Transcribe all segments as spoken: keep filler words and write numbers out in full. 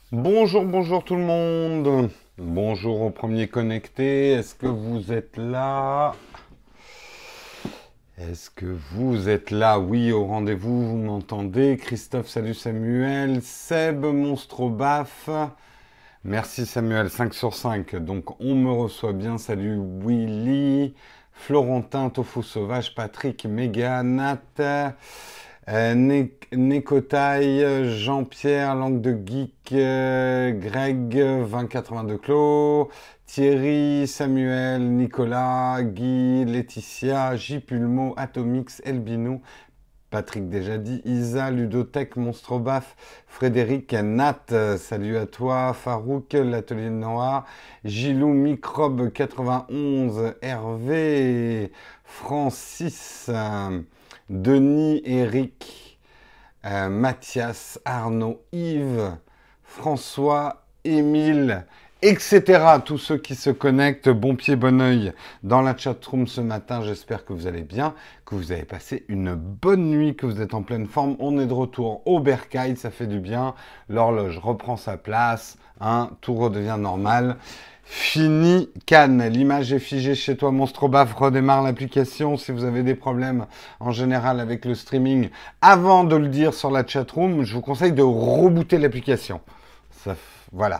Bonjour, bonjour tout le monde. Bonjour aux premiers connectés. Est-ce que vous êtes là? Est-ce que vous êtes là? Oui, au rendez-vous, vous m'entendez? Christophe, salut Samuel. Seb, Monstre Baf. Merci Samuel, cinq sur cinq. Donc on me reçoit bien. Salut Willy. Florentin, Tofu Sauvage, Patrick, Méga, Nat. Euh, Né- Nécotaille, Jean-Pierre, Langue de Geek, euh, Greg, vingt quatre-vingt-deux Clos, Thierry, Samuel, Nicolas, Guy, Laetitia, J Pulmo, Atomix, Elbinou, Patrick déjà dit, Isa, Ludotech, Monstrobaf, Frédéric, Nat, euh, salut à toi, Farouk, l'Atelier de Noah, Gilou, Microbe quatre-vingt-onze, Hervé, Francis, euh, Denis, Eric, euh, Mathias, Arnaud, Yves, François, Émile, et cetera. Tous ceux qui se connectent, bon pied, bon oeil dans la chatroom ce matin. J'espère que vous allez bien, que vous avez passé une bonne nuit, que vous êtes en pleine forme. On est de retour au Bercail, ça fait du bien. L'horloge reprend sa place, hein, tout redevient normal. Fini Cannes, l'image est figée chez toi, Monstrobaf, redémarre l'application si vous avez des problèmes en général avec le streaming. Avant de le dire sur la chatroom, je vous conseille de rebooter l'application. Ça, voilà.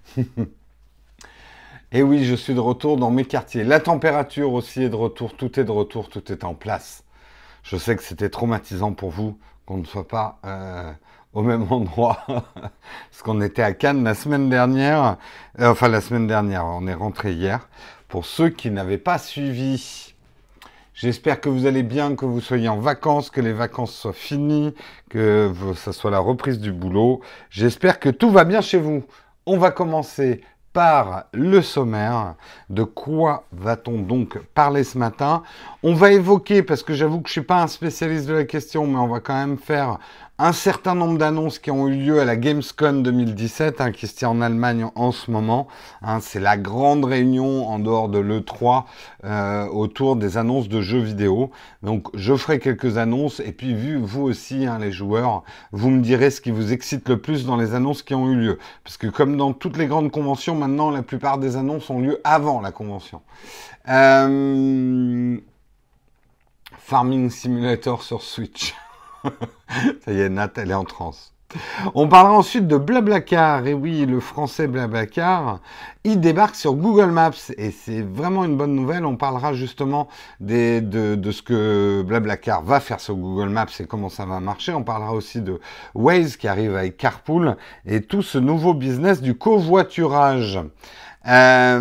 Et oui, je suis de retour dans mes quartiers. La température aussi est de retour, tout est de retour, tout est en place. Je sais que c'était traumatisant pour vous qu'on ne soit pas euh, au même endroit. Parce qu'on était à Cannes la semaine dernière. Euh, enfin, la semaine dernière, on est rentré hier. Pour ceux qui n'avaient pas suivi, j'espère que vous allez bien, que vous soyez en vacances, que les vacances soient finies, que ce soit la reprise du boulot. J'espère que tout va bien chez vous. On va commencer par le sommaire. De quoi va-t-on donc parler ce matin? On va évoquer, parce que j'avoue que je ne suis pas un spécialiste de la question, mais on va quand même faire un certain nombre d'annonces qui ont eu lieu à la Gamescom deux mille dix-sept, hein, qui se tient en Allemagne en ce moment. Hein, c'est la grande réunion en dehors de l'E trois euh, autour des annonces de jeux vidéo. Donc je ferai quelques annonces et puis vu vous aussi, hein, les joueurs, vous me direz ce qui vous excite le plus dans les annonces qui ont eu lieu. Parce que comme dans toutes les grandes conventions, maintenant la plupart des annonces ont lieu avant la convention. Euh... Farming Simulator sur Switch. Ça y est, Nat, elle est en transe. On parlera ensuite de Blablacar. Et oui, le français Blablacar, il débarque sur Google Maps. Et c'est vraiment une bonne nouvelle. On parlera justement des, de, de ce que Blablacar va faire sur Google Maps et comment ça va marcher. On parlera aussi de Waze qui arrive avec Carpool et tout ce nouveau business du covoiturage. Euh,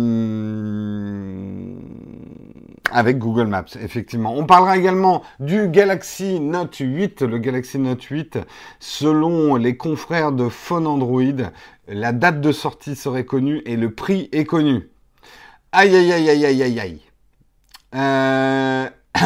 avec Google Maps, effectivement. On parlera également du Galaxy Note huit. Le Galaxy Note huit, selon les confrères de Phone Android, la date de sortie serait connue et le prix est connu. Aïe, aïe, aïe, aïe, aïe, aïe, aïe. Euh...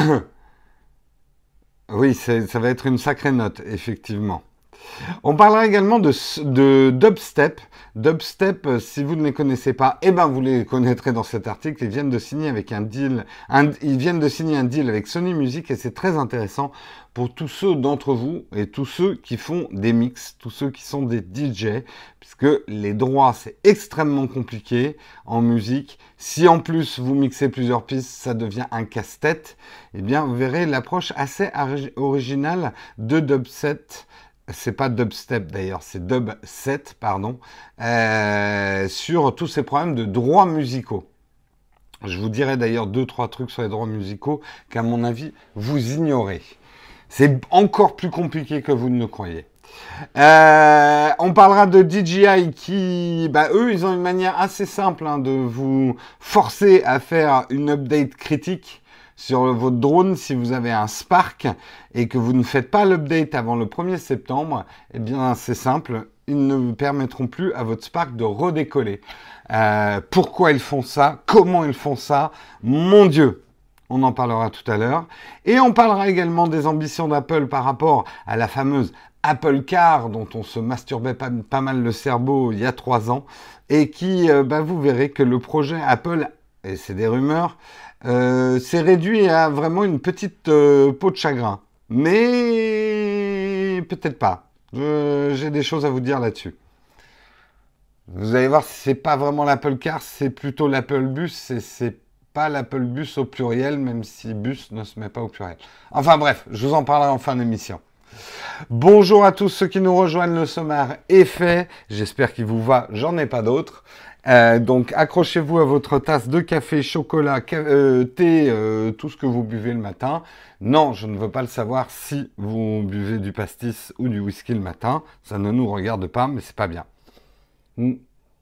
oui, ça va être une sacrée note, effectivement. On parlera également de, de dubstep. Dubstep, si vous ne les connaissez pas, eh ben vous les connaîtrez dans cet article. Ils viennent de signer avec un deal, un, ils viennent de signer un deal avec Sony Music et c'est très intéressant pour tous ceux d'entre vous et tous ceux qui font des mix, tous ceux qui sont des D J, puisque les droits c'est extrêmement compliqué en musique. Si en plus vous mixez plusieurs pistes, ça devient un casse-tête. Eh bien, vous verrez l'approche assez originale de dubstep. C'est pas dubstep d'ailleurs, c'est dubset, pardon, euh, sur tous ces problèmes de droits musicaux. Je vous dirai d'ailleurs deux, trois trucs sur les droits musicaux qu'à mon avis, vous ignorez. C'est encore plus compliqué que vous ne le croyez. Euh, on parlera de D J I qui, bah, eux, ils ont une manière assez simple hein, de vous forcer à faire une update critique sur votre drone si vous avez un Spark et que vous ne faites pas l'update avant le premier septembre, eh bien c'est simple, ils ne permettront plus à votre Spark de redécoller. Euh, pourquoi ils font ça? Comment ils font ça? Mon Dieu! On en parlera tout à l'heure. Et on parlera également des ambitions d'Apple par rapport à la fameuse Apple Car dont on se masturbait pas, pas mal le cerveau il y a trois ans et qui, euh, bah, vous verrez que le projet Apple, et c'est des rumeurs, Euh, c'est réduit à vraiment une petite euh, peau de chagrin. Mais peut-être pas. Euh, j'ai des choses à vous dire là-dessus. Vous allez voir, c'est pas vraiment l'Apple Car, c'est plutôt l'Apple Bus, et c'est pas l'Apple Bus au pluriel, même si bus ne se met pas au pluriel. Enfin bref, je vous en parlerai en fin d'émission. Bonjour à tous ceux qui nous rejoignent, le sommaire est fait. J'espère qu'il vous va, j'en ai pas d'autres. Euh, donc accrochez-vous à votre tasse de café, chocolat, ca- euh, thé, euh, tout ce que vous buvez le matin. Non, je ne veux pas le savoir si vous buvez du pastis ou du whisky le matin. Ça ne nous regarde pas, mais c'est pas bien. Hmm.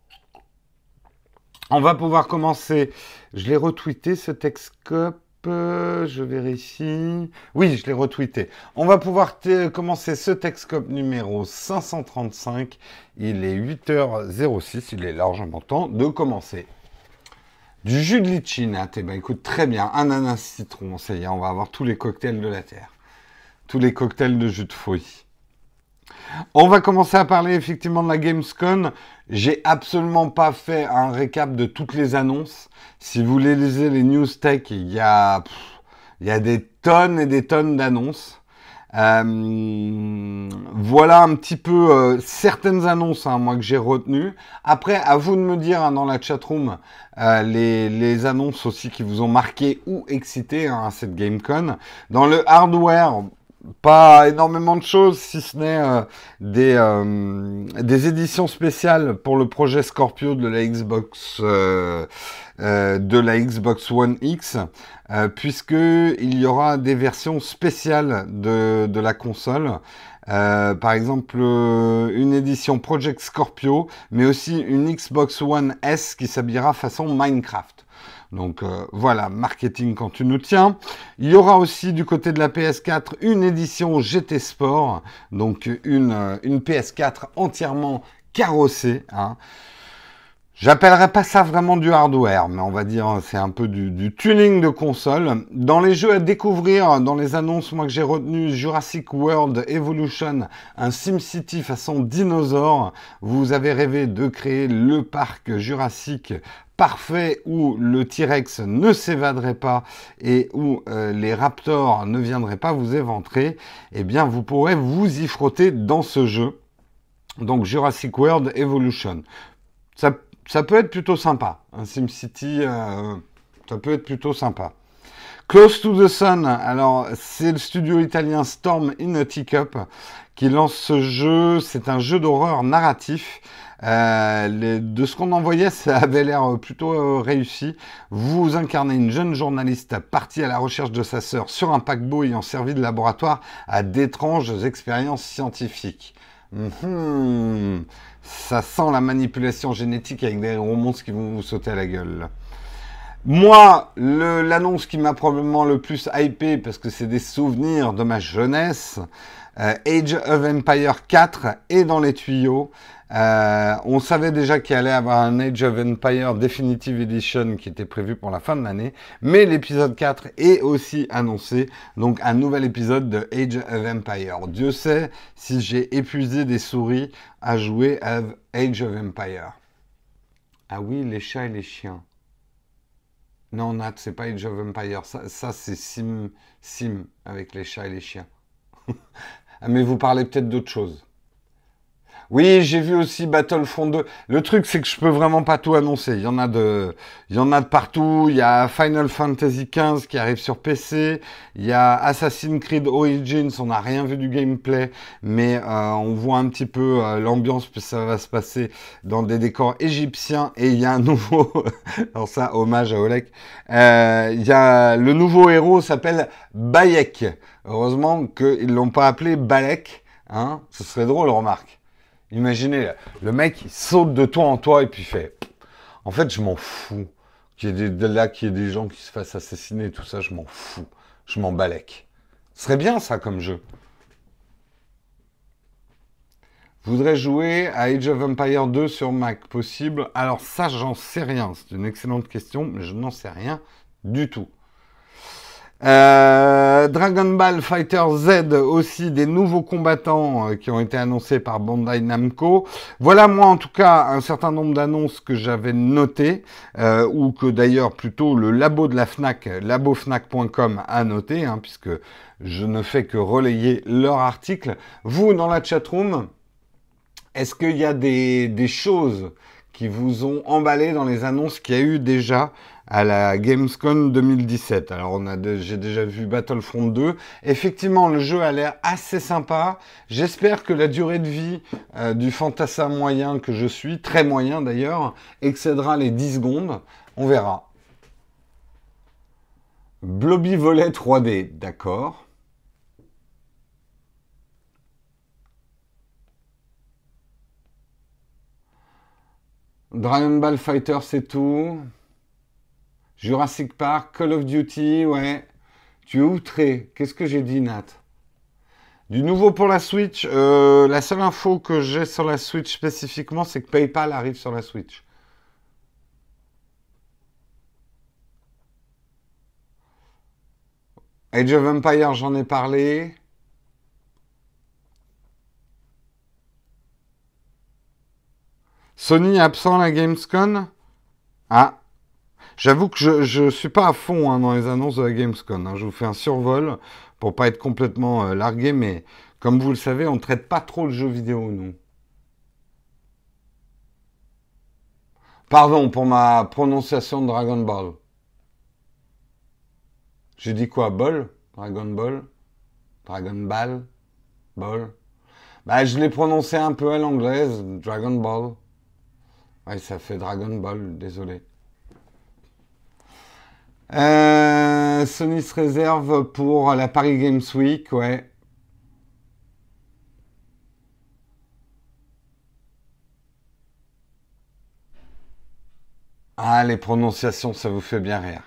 On va pouvoir commencer. Je l'ai retweeté ce Texcope. euh, Je vérifie. Oui, je l'ai retweeté. On va pouvoir t- commencer ce Texcope numéro cinq cent trente-cinq. Il est huit heures zéro six. Il est largement temps de commencer. Du jus de litchi, Nat. Eh ben, écoute, très bien. Ananas citron. Ça y est, on va avoir tous les cocktails de la Terre. Tous les cocktails de jus de fruits. On va commencer à parler effectivement de la Gamescom. J'ai absolument pas fait un récap de toutes les annonces. Si vous lisez les news tech, il y a, pff, il y a des tonnes et des tonnes d'annonces. Euh, voilà un petit peu euh, certaines annonces, hein, moi, que j'ai retenues. Après, à vous de me dire, hein, dans la chatroom, euh, les, les annonces aussi qui vous ont marqué ou excité, hein, à cette Gamescom. Dans le hardware, pas énormément de choses, si ce n'est euh, des, euh, des éditions spéciales pour le projet Scorpio de la Xbox, euh, euh, de la Xbox One X, euh, puisque il y aura des versions spéciales de, de la console. Euh, par exemple, euh, une édition Project Scorpio, mais aussi une Xbox One S qui s'habillera façon Minecraft. Donc euh, voilà, marketing quand tu nous tiens. Il y aura aussi du côté de la P S quatre une édition G T Sport, donc une, euh, une P S quatre entièrement carrossée, hein. J'appellerais pas ça vraiment du hardware, mais on va dire c'est un peu du, du tuning de console. Dans les jeux à découvrir, dans les annonces moi que j'ai retenu, Jurassic World Evolution, un SimCity façon dinosaure. Vous avez rêvé de créer le parc Jurassic parfait où le T-Rex ne s'évaderait pas et où euh, les raptors ne viendraient pas vous éventrer. Eh bien, vous pourrez vous y frotter dans ce jeu. Donc Jurassic World Evolution. Ça Ça peut être plutôt sympa. Un SimCity, euh, ça peut être plutôt sympa. Close to the Sun, alors c'est le studio italien Storm in a Teacup qui lance ce jeu. C'est un jeu d'horreur narratif. Euh, les, de ce qu'on en voyait, ça avait l'air plutôt euh, réussi. Vous incarnez une jeune journaliste partie à la recherche de sa sœur sur un paquebot ayant servi de laboratoire à d'étranges expériences scientifiques. Mmh. Ça sent la manipulation génétique avec des gros monstres qui vont vous sauter à la gueule. Moi, le, l'annonce qui m'a probablement le plus hypé, parce que c'est des souvenirs de ma jeunesse, euh, Age of Empire quatre est dans les tuyaux. Euh, on savait déjà qu'il allait avoir un Age of Empire Definitive Edition qui était prévu pour la fin de l'année, mais l'épisode quatre est aussi annoncé, donc un nouvel épisode de Age of Empire. Dieu sait si j'ai épuisé des souris à jouer à Age of Empire. Ah oui, les chats et les chiens. Non, Nat, c'est pas Age of Empire, ça, ça c'est Sim, Sim avec les chats et les chiens. Ah, mais vous parlez peut-être d'autre chose. Oui, j'ai vu aussi Battlefront deux. Le truc, c'est que je peux vraiment pas tout annoncer. Il y en a de, il y en a de partout. Il y a Final Fantasy quinze qui arrive sur P C. Il y a Assassin's Creed Origins. On n'a rien vu du gameplay, mais euh, on voit un petit peu euh, l'ambiance, puis ça va se passer dans des décors égyptiens. Et il y a un nouveau, alors ça, hommage à Oleg. Euh, il y a le nouveau héros s'appelle Bayek. Heureusement qu'ils l'ont pas appelé Balek. Hein, ce serait drôle, remarque. Imaginez, le mec, il saute de toi en toi et puis il fait... En fait, je m'en fous. Qu'il y ait des, là, qu'il y ait des gens qui se fassent assassiner et tout ça, je m'en fous. Je m'en balèque. Ce serait bien, ça, comme jeu. Voudrais jouer à Age of Empire deux sur Mac, possible? Alors ça, j'en sais rien. C'est une excellente question, mais je n'en sais rien du tout. Euh, Dragon Ball Fighter Z aussi, des nouveaux combattants euh, qui ont été annoncés par Bandai Namco. Voilà, moi en tout cas, un certain nombre d'annonces que j'avais notées, euh, ou que d'ailleurs plutôt le labo de la Fnac, labo fnac point com a noté, hein, puisque je ne fais que relayer leur article. Vous, dans la chatroom, est-ce qu'il y a des, des choses qui vous ont emballé dans les annonces qu'il y a eu déjà à la Gamescom deux mille dix-sept. Alors, on a de, j'ai déjà vu Battlefront deux. Effectivement, le jeu a l'air assez sympa. J'espère que la durée de vie euh, du fantassin moyen que je suis, très moyen d'ailleurs, excédera les dix secondes. On verra. Blobby Volet trois D, d'accord. Dragon Ball Fighter, c'est tout. Jurassic Park, Call of Duty, ouais. Tu es outré. Qu'est-ce que j'ai dit, Nat? Du nouveau pour la Switch, euh, la seule info que j'ai sur la Switch spécifiquement, c'est que PayPal arrive sur la Switch. Age of Empires, j'en ai parlé. Sony absent à la Gamescom? Ah, j'avoue que je, je suis pas à fond hein, dans les annonces de la Gamescom. Hein. Je vous fais un survol pour pas être complètement euh, largué, mais comme vous le savez, on ne traite pas trop le jeu vidéo, nous. Pardon pour ma prononciation de Dragon Ball. J'ai dit quoi? Ball? Dragon Ball? Dragon Ball? Ball? Bah, je l'ai prononcé un peu à l'anglaise, Dragon Ball. Ouais, ça fait Dragon Ball, désolé. Euh, Sony se réserve pour la Paris Games Week, ouais. Ah, les prononciations, ça vous fait bien rire.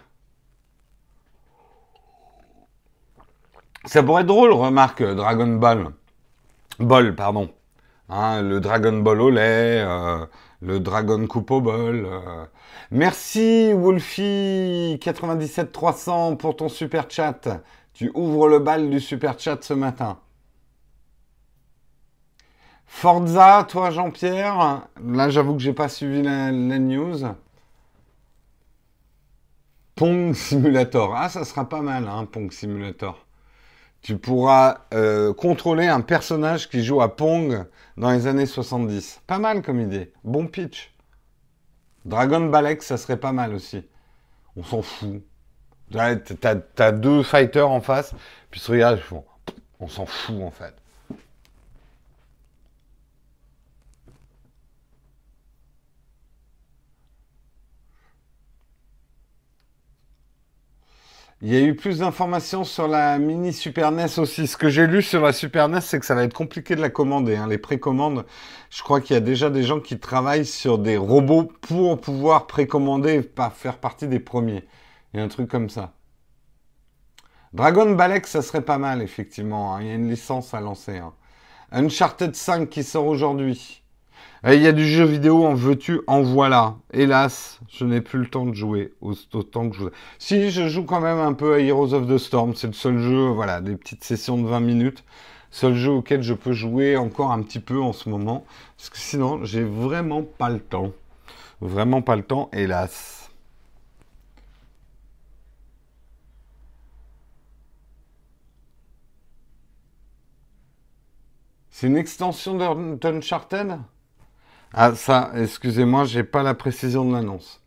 Ça pourrait être drôle, remarque, Dragon Ball. Ball, pardon. Hein, le Dragon Ball au lait, euh, le Dragon Coupe au bol. euh. Merci Wolfie quatre-vingt-dix-sept trois cents pour ton super chat. Tu ouvres le bal du super chat ce matin. Forza, toi Jean-Pierre. Là, j'avoue que j'ai pas suivi la, la news. Pong Simulator. Ah, ça sera pas mal, hein, Pong Simulator. Tu pourras euh, contrôler un personnage qui joue à Pong dans les années soixante-dix. Pas mal comme idée. Bon pitch. Dragon Ball X, ça serait pas mal aussi. On s'en fout. T'as, t'as- t'as deux fighters en face, puis ils se regardent, ils font, on s'en fout en fait. Il y a eu plus d'informations sur la mini Super N E S aussi. Ce que j'ai lu sur la Super N E S, c'est que ça va être compliqué de la commander. Hein. Les précommandes, je crois qu'il y a déjà des gens qui travaillent sur des robots pour pouvoir précommander et pas faire partie des premiers. Il y a un truc comme ça. Dragon Ball X, ça serait pas mal, effectivement. Hein. Il y a une licence à lancer. Hein. Uncharted cinq qui sort aujourd'hui. Et il y a du jeu vidéo, en veux-tu, en voilà. Hélas, je n'ai plus le temps de jouer autant que je voudrais. Si, je joue quand même un peu à Heroes of the Storm. C'est le seul jeu, voilà, des petites sessions de vingt minutes. Seul jeu auquel je peux jouer encore un petit peu en ce moment. Parce que sinon, j'ai vraiment pas le temps. Vraiment pas le temps, hélas. C'est une extension d'Un- d'Uncharted? Ah, ça, excusez-moi, j'ai pas la précision de l'annonce.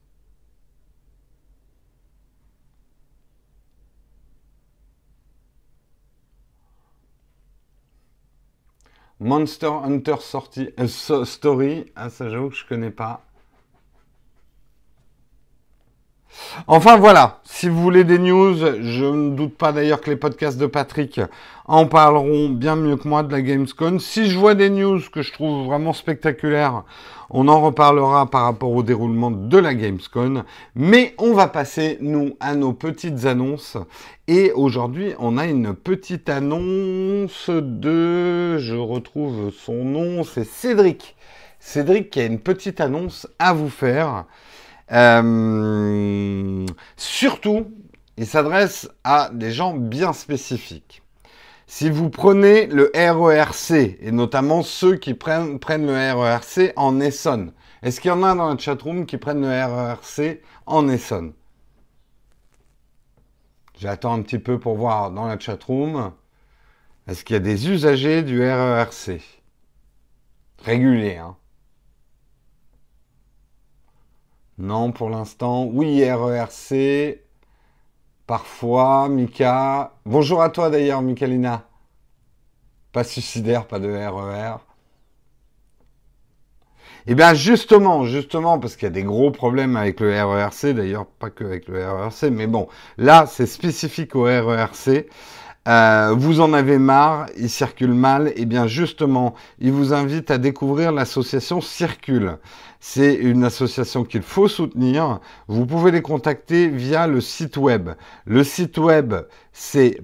Monster Hunter sorti, euh, so- Story, ah ça j'avoue que je connais pas. Enfin voilà, si vous voulez des news, je ne doute pas d'ailleurs que les podcasts de Patrick en parleront bien mieux que moi de la Gamescom. Si je vois des news que je trouve vraiment spectaculaires, on en reparlera par rapport au déroulement de la Gamescom. Mais on va passer, nous, à nos petites annonces. Et aujourd'hui, on a une petite annonce de... Je retrouve son nom, c'est Cédric. Cédric qui a une petite annonce à vous faire. Euh, surtout, il s'adresse à des gens bien spécifiques. Si vous prenez le R E R C, et notamment ceux qui prennent, prennent le R E R C en Essonne, est-ce qu'il y en a dans la chatroom qui prennent le R E R C en Essonne? J'attends un petit peu pour voir dans la chatroom. Est-ce qu'il y a des usagers du R E R C? Réguliers, hein. Non, pour l'instant. Oui, R E R C. Parfois, Mika. Bonjour à toi d'ailleurs, Michalina. Pas suicidaire, pas de R E R. Eh bien justement, justement, parce qu'il y a des gros problèmes avec le R E R C, d'ailleurs pas que avec le R E R C, mais bon, là c'est spécifique au R E R C. Euh, vous en avez marre, il circule mal, et bien justement, il vous invite à découvrir l'association Circule. C'est une association qu'il faut soutenir. Vous pouvez les contacter via le site web. Le site web, c'est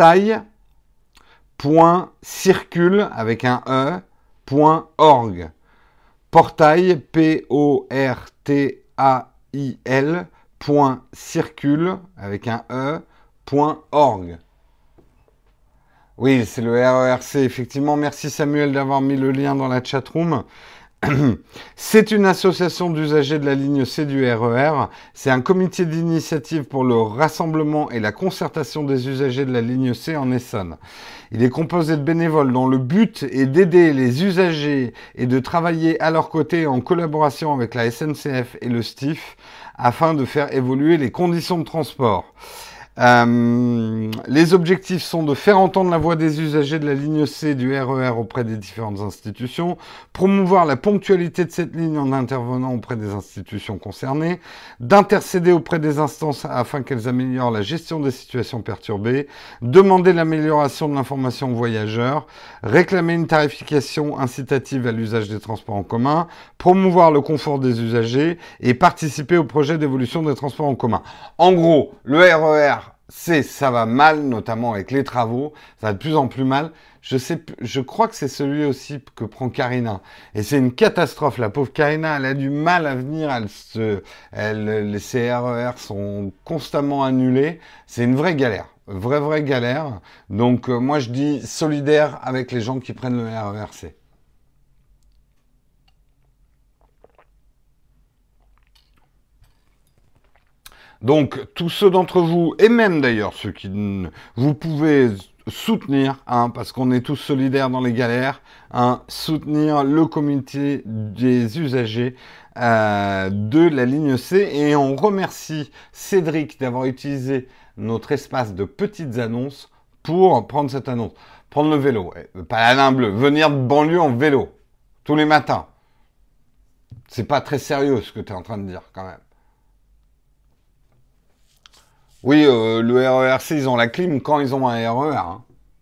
portail.circule avec un e, point org. Portail, P O R T A I L, point circule avec un e, point org. Oui, c'est le R E R C, effectivement. Merci Samuel d'avoir mis le lien dans la chatroom. C'est une association d'usagers de la ligne C du R E R. C'est un comité d'initiative pour le rassemblement et la concertation des usagers de la ligne C en Essonne. Il est composé de bénévoles dont le but est d'aider les usagers et de travailler à leur côté en collaboration avec la S N C F et le S T I F afin de faire évoluer les conditions de transport. Euh, les objectifs sont de faire entendre la voix des usagers de la ligne C du R E R auprès des différentes institutions, promouvoir la ponctualité de cette ligne en intervenant auprès des institutions concernées, d'intercéder auprès des instances afin qu'elles améliorent la gestion des situations perturbées, demander l'amélioration de l'information aux voyageurs, réclamer une tarification incitative à l'usage des transports en commun, promouvoir le confort des usagers et participer au projet d'évolution des transports en commun. En gros, le R E R, c'est, ça va mal, notamment avec les travaux, ça va de plus en plus mal. Je sais, je crois que c'est celui aussi que prend Karina. Et c'est une catastrophe. La pauvre Karina, elle a du mal à venir. Elle se, elle, les C R E R sont constamment annulés. C'est une vraie galère. Vraie, vraie galère. Donc, euh, moi, je dis solidaire avec les gens qui prennent le R E R C. Donc, tous ceux d'entre vous, et même d'ailleurs ceux qui... Vous pouvez soutenir, hein, parce qu'on est tous solidaires dans les galères, hein, soutenir le comité des usagers euh, de la ligne C. Et on remercie Cédric d'avoir utilisé notre espace de petites annonces pour prendre cette annonce. Prendre le vélo, pas la nain bleue, venir de banlieue en vélo, tous les matins. C'est pas très sérieux ce que tu es en train de dire quand même. Oui, euh, le R E R C, ils ont la clim quand ils ont un R E R. Hein.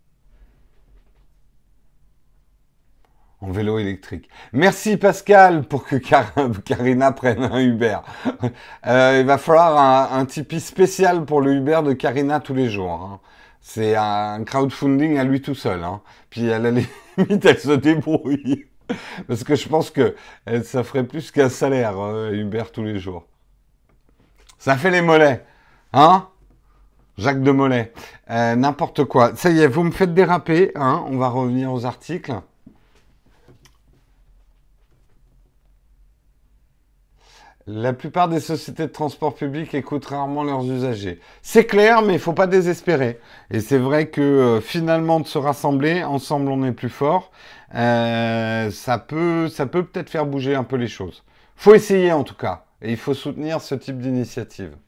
En vélo électrique. Merci Pascal pour que Car Karina prenne un Uber. euh, il va falloir un, un Tipeee spécial pour le Uber de Karina tous les jours. Hein. C'est un crowdfunding à lui tout seul. Hein. Puis à la limite, elle se débrouille. Parce que je pense que ça ferait plus qu'un salaire, euh, Uber tous les jours. Ça fait les mollets. Hein? Jacques de Mollet. Euh, N'importe quoi. Ça y est, vous me faites déraper. Hein? On va revenir aux articles. La plupart des sociétés de transport public écoutent rarement leurs usagers. C'est clair, mais il ne faut pas désespérer. Et c'est vrai que euh, finalement, de se rassembler, ensemble on est plus fort, euh, ça peut ça peut peut-être faire bouger un peu les choses. Faut essayer en tout cas. Et il faut soutenir ce type d'initiative.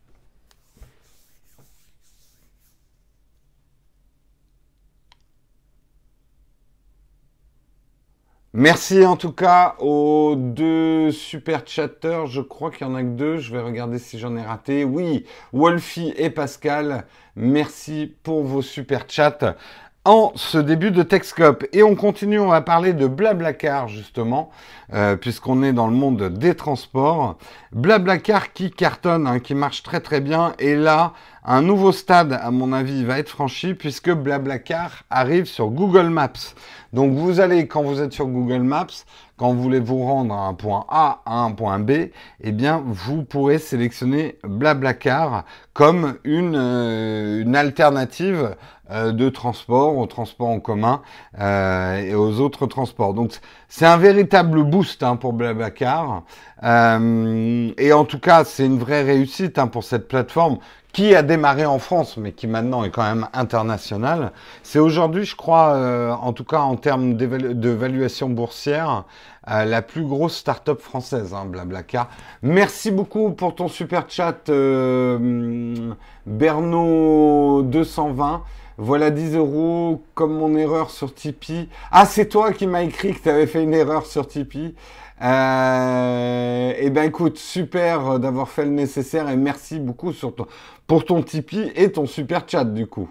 Merci en tout cas aux deux super chatteurs. Je crois qu'il y en a que deux. Je vais regarder si j'en ai raté. Oui, Wolfie et Pascal, merci pour vos super chats en ce début de Techscope. Et on continue, on va parler de Blablacar justement, euh, puisqu'on est dans le monde des transports. Blablacar qui cartonne, hein, qui marche très très bien. Et là, un nouveau stade, à mon avis, va être franchi, puisque Blablacar arrive sur Google Maps. Donc vous allez, quand vous êtes sur Google Maps, quand vous voulez vous rendre à un point A à un point B, eh bien vous pourrez sélectionner Blablacar comme une, euh, une alternative euh, de transport, au transport en commun euh, et aux autres transports. Donc c'est un véritable boost hein, pour Blablacar. Euh, et en tout cas, c'est une vraie réussite hein, pour cette plateforme qui a démarré en France, mais qui maintenant est quand même internationale. C'est aujourd'hui, je crois, euh, en tout cas en termes d'évaluation boursière, euh, la plus grosse start-up française, hein, Blablacar. Merci beaucoup pour ton super chat, euh, Berno deux cent vingt. Voilà dix euros comme mon erreur sur Tipeee. Ah, c'est toi qui m'as écrit que tu avais fait une erreur sur Tipeee. Euh, eh ben écoute, super d'avoir fait le nécessaire et merci beaucoup sur ton, pour ton Tipeee et ton super chat du coup.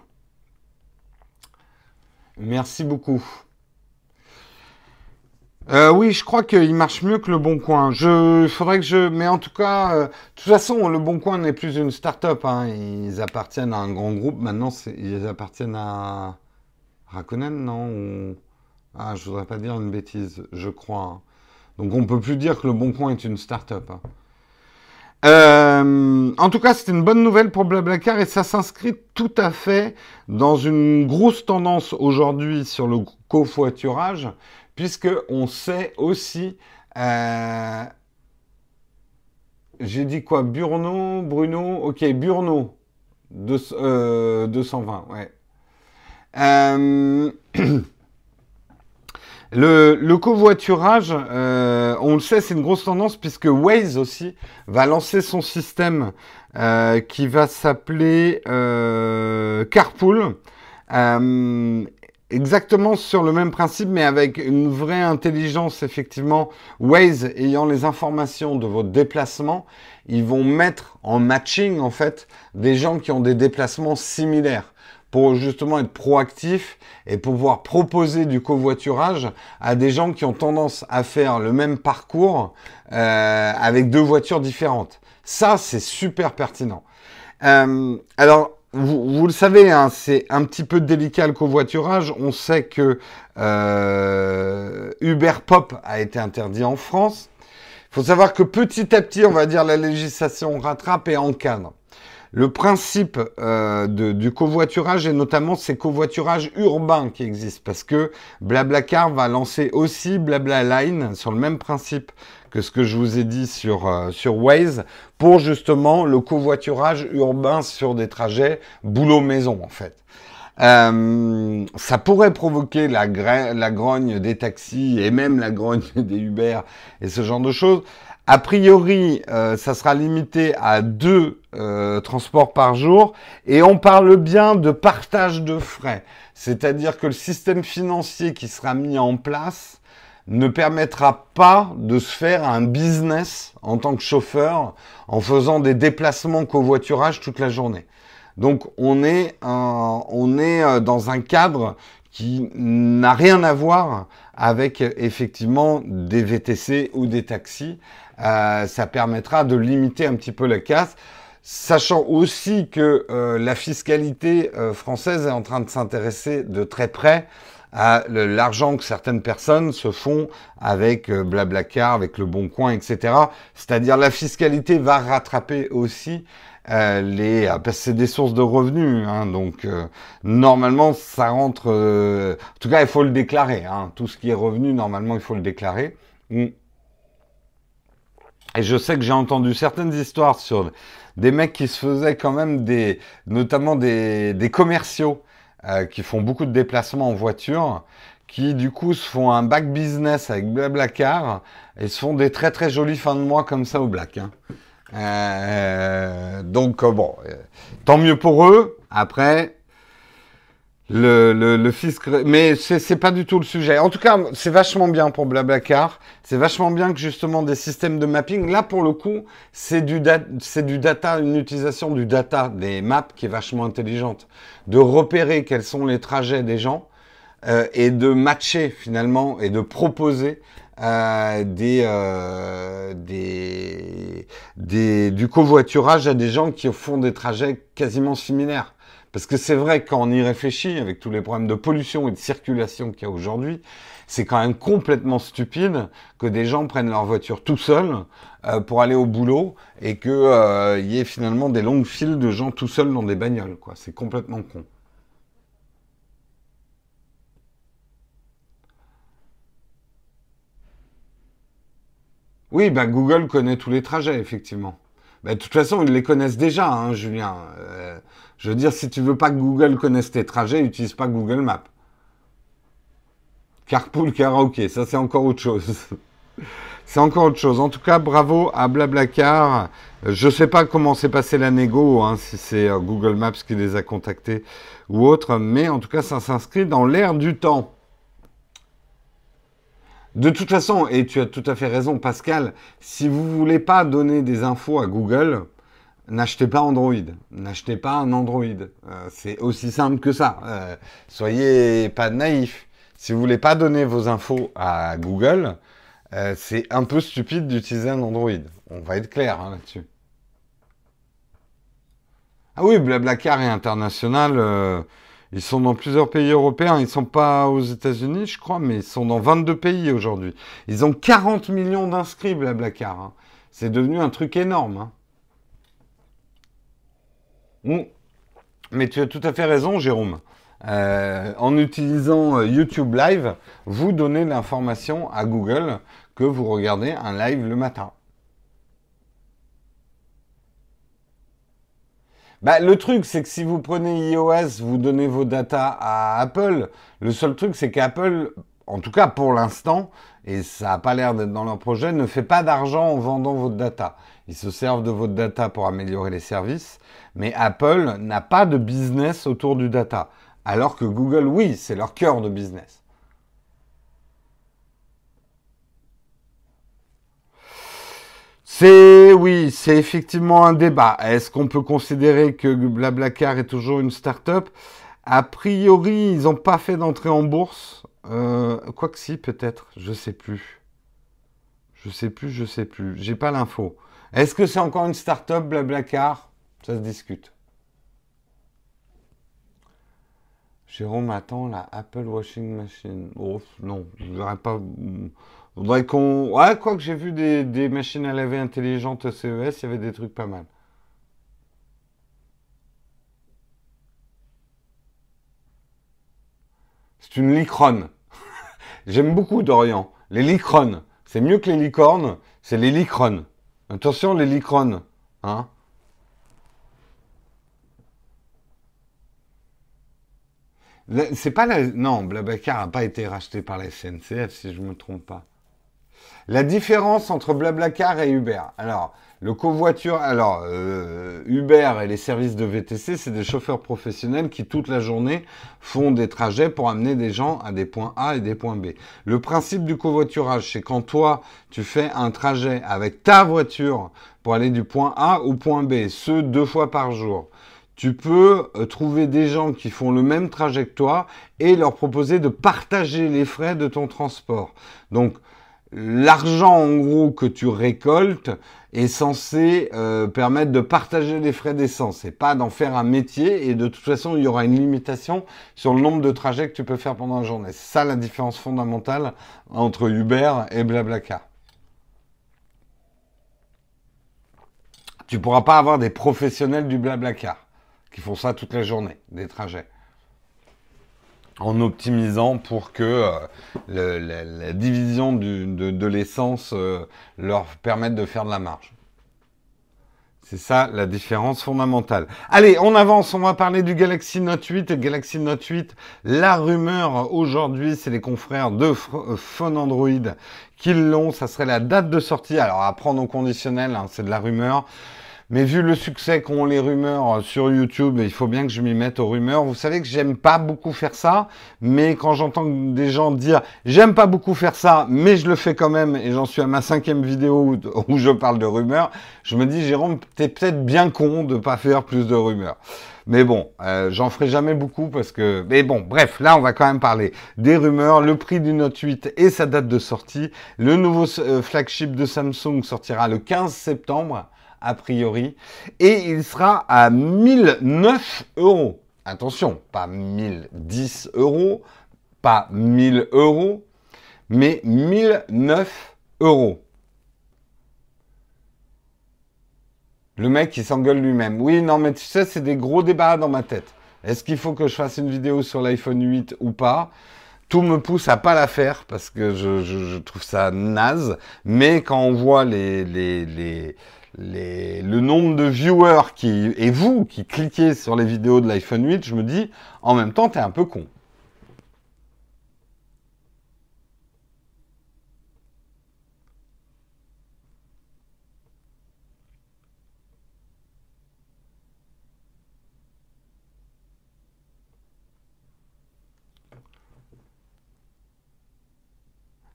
Merci beaucoup. Euh, oui, je crois qu'il marche mieux que le Bon Coin. Je, il faudrait que je, mais en tout cas, euh, de toute façon, le Bon Coin n'est plus une start-up, hein. Ils appartiennent à un grand groupe. Maintenant, c'est, ils appartiennent à Rakuten, non? Ou... Ah, je voudrais pas dire une bêtise, je crois, hein. Donc, on peut plus dire que le Bon Coin est une start-up, hein. Euh, en tout cas, c'est une bonne nouvelle pour Blablacar et ça s'inscrit tout à fait dans une grosse tendance aujourd'hui sur le covoiturage, puisque on sait aussi, euh, j'ai dit quoi, Burno, Bruno, ok, Burno, deux, euh, deux cent vingt, ouais. Euh, Le, le covoiturage, euh, on le sait, c'est une grosse tendance puisque Waze aussi va lancer son système euh, qui va s'appeler euh, Carpool. Euh, exactement sur le même principe, mais avec une vraie intelligence, effectivement. Waze ayant les informations de votre déplacement, ils vont mettre en matching, en fait, des gens qui ont des déplacements similaires, pour justement être proactif et pouvoir proposer du covoiturage à des gens qui ont tendance à faire le même parcours euh, avec deux voitures différentes. Ça, c'est super pertinent. Euh, alors, vous, vous le savez, hein, c'est un petit peu délicat le covoiturage. On sait que euh, Uber Pop a été interdit en France. Il faut savoir que petit à petit, on va dire, la législation rattrape et encadre. Le principe euh, de, du covoiturage et notamment ces covoiturages urbains qui existent parce que Blablacar va lancer aussi Blablaline sur le même principe que ce que je vous ai dit sur, euh, sur Waze pour justement le covoiturage urbain sur des trajets boulot-maison en fait. Euh, ça pourrait provoquer la, la grogne des taxis et même la grogne des Uber et ce genre de choses. A priori, euh, ça sera limité à deux euh, transports par jour et on parle bien de partage de frais. C'est-à-dire que le système financier qui sera mis en place ne permettra pas de se faire un business en tant que chauffeur en faisant des déplacements covoiturage toute la journée. Donc on est, un, on est dans un cadre qui n'a rien à voir avec effectivement des V T C ou des taxis. Euh, ça permettra de limiter un petit peu la casse, sachant aussi que euh, la fiscalité euh, française est en train de s'intéresser de très près à l'argent que certaines personnes se font avec euh, Blablacar, avec Le Bon Coin, et cetera. C'est-à-dire la fiscalité va rattraper aussi euh, les... parce que c'est des sources de revenus, hein, donc euh, normalement ça rentre... Euh, en tout cas, il faut le déclarer. Hein, tout ce qui est revenu, normalement, il faut le déclarer. Mm. Et je sais que j'ai entendu certaines histoires sur des mecs qui se faisaient quand même des, notamment des, des commerciaux euh, qui font beaucoup de déplacements en voiture, qui du coup se font un back business avec Blablacar et se font des très très jolies fins de mois comme ça au black. Hein. Euh, donc euh, bon, euh, tant mieux pour eux. Après. Le, le, le fisc, mais c'est, c'est pas du tout le sujet. En tout cas, c'est vachement bien pour Blablacar. C'est vachement bien que justement des systèmes de mapping. Là, pour le coup, c'est du, da- c'est du data, une utilisation du data des maps qui est vachement intelligente. De repérer quels sont les trajets des gens euh, et de matcher finalement et de proposer euh, des, euh, des, des, du covoiturage à des gens qui font des trajets quasiment similaires. Parce que c'est vrai que quand on y réfléchit, avec tous les problèmes de pollution et de circulation qu'il y a aujourd'hui, c'est quand même complètement stupide que des gens prennent leur voiture tout seuls euh, pour aller au boulot et qu'il euh, y ait finalement des longues files de gens tout seuls dans des bagnoles, quoi. C'est complètement con. Oui, bah Google connaît tous les trajets, effectivement. Bah, de toute façon, ils les connaissent déjà, hein, Julien. Euh, je veux dire, si tu veux pas que Google connaisse tes trajets, utilise pas Google Maps. Carpool karaoké, ça c'est encore autre chose. C'est encore autre chose. En tout cas, bravo à Blablacar. Je ne sais pas comment s'est passé la négo, hein, si c'est euh, Google Maps qui les a contactés ou autre, mais en tout cas, ça s'inscrit dans l'ère du temps. De toute façon, et tu as tout à fait raison, Pascal, si vous ne voulez pas donner des infos à Google, n'achetez pas Android. N'achetez pas un Android. Euh, c'est aussi simple que ça. Euh, soyez pas naïfs. Si vous voulez pas donner vos infos à Google, euh, c'est un peu stupide d'utiliser un Android. On va être clair hein, là-dessus. Ah oui, Blablacar est international. Euh, ils sont dans plusieurs pays européens. Ils sont pas aux États-Unis, je crois, mais ils sont dans vingt-deux pays aujourd'hui. Ils ont quarante millions d'inscrits, Blablacar. Hein. C'est devenu un truc énorme. Hein. Mm. Mais tu as tout à fait raison, Jérôme. Euh, en utilisant euh, YouTube Live, vous donnez l'information à Google que vous regardez un live le matin. Bah, le truc, c'est que si vous prenez iOS, vous donnez vos datas à Apple. Le seul truc, c'est qu'Apple, en tout cas pour l'instant, et ça n'a pas l'air d'être dans leur projet, ne fait pas d'argent en vendant votre data. Ils se servent de votre data pour améliorer les services, mais Apple n'a pas de business autour du data. Alors que Google, oui, c'est leur cœur de business. C'est, oui, c'est effectivement un débat. Est-ce qu'on peut considérer que Blablacar est toujours une start-up? A priori, ils n'ont pas fait d'entrée en bourse. Euh, quoique si, peut-être. Je sais plus. Je sais plus, je sais plus. J'ai pas l'info. Est-ce que c'est encore une start-up, Blablacar? Ça se discute. Jérôme attend la Apple Washing Machine. Oh, non, je verrai pas. Faudrait qu'on. Ouais, quoi que j'ai vu des, des machines à laver intelligentes C E S, il y avait des trucs pas mal. C'est une licrone. J'aime beaucoup Dorian. Les licrones. C'est mieux que les licornes, c'est les licrones. Attention, les licrones. Hein. C'est pas la. Non, Blablacar n'a pas été racheté par la S N C F, si je ne me trompe pas. La différence entre Blablacar et Uber. Alors, le covoiture, alors euh, Uber et les services de V T C, c'est des chauffeurs professionnels qui toute la journée font des trajets pour amener des gens à des points A et des points B. Le principe du covoiturage, c'est quand toi, tu fais un trajet avec ta voiture pour aller du point A au point B, ce deux fois par jour. Tu peux euh, trouver des gens qui font le même trajet que toi et leur proposer de partager les frais de ton transport. Donc, l'argent en gros que tu récoltes est censé euh, permettre de partager les frais d'essence et pas d'en faire un métier, et de toute façon il y aura une limitation sur le nombre de trajets que tu peux faire pendant la journée. C'est ça la différence fondamentale entre Uber et Blablacar. Tu pourras pas avoir des professionnels du Blablacar qui font ça toute la journée, des trajets, en optimisant pour que euh, le, la, la division du, de, de l'essence euh, leur permette de faire de la marge. C'est ça la différence fondamentale. Allez, on avance, on va parler du Galaxy Note huit. Galaxy Note huit, la rumeur aujourd'hui, c'est les confrères de Phone Android qui l'ont. Ça serait la date de sortie. Alors à prendre au conditionnel, hein, c'est de la rumeur. Mais vu le succès qu'ont les rumeurs sur YouTube, il faut bien que je m'y mette aux rumeurs. Vous savez que j'aime pas beaucoup faire ça, mais quand j'entends des gens dire « j'aime pas beaucoup faire ça, mais je le fais quand même » et j'en suis à ma cinquième vidéo où, où je parle de rumeurs, je me dis « Jérôme, t'es peut-être bien con de pas faire plus de rumeurs ». Mais bon, euh, j'en ferai jamais beaucoup parce que... Mais bon, bref, là on va quand même parler des rumeurs, le prix du Note huit et sa date de sortie. Le nouveau euh, flagship de Samsung sortira le quinze septembre. A priori, et il sera à mille neuf euros. Attention, pas mille dix euros, pas mille euros, mais mille neuf euros. Le mec, il s'engueule lui-même. Oui, non, mais tu sais, c'est des gros débats dans ma tête. Est-ce qu'il faut que je fasse une vidéo sur l'iPhone huit ou pas? Tout me pousse à pas la faire parce que je, je, je trouve ça naze. Mais quand on voit les... les, les Les, le nombre de viewers qui, et vous qui cliquez sur les vidéos de l'iPhone huit, je me dis, en même temps, t'es un peu con.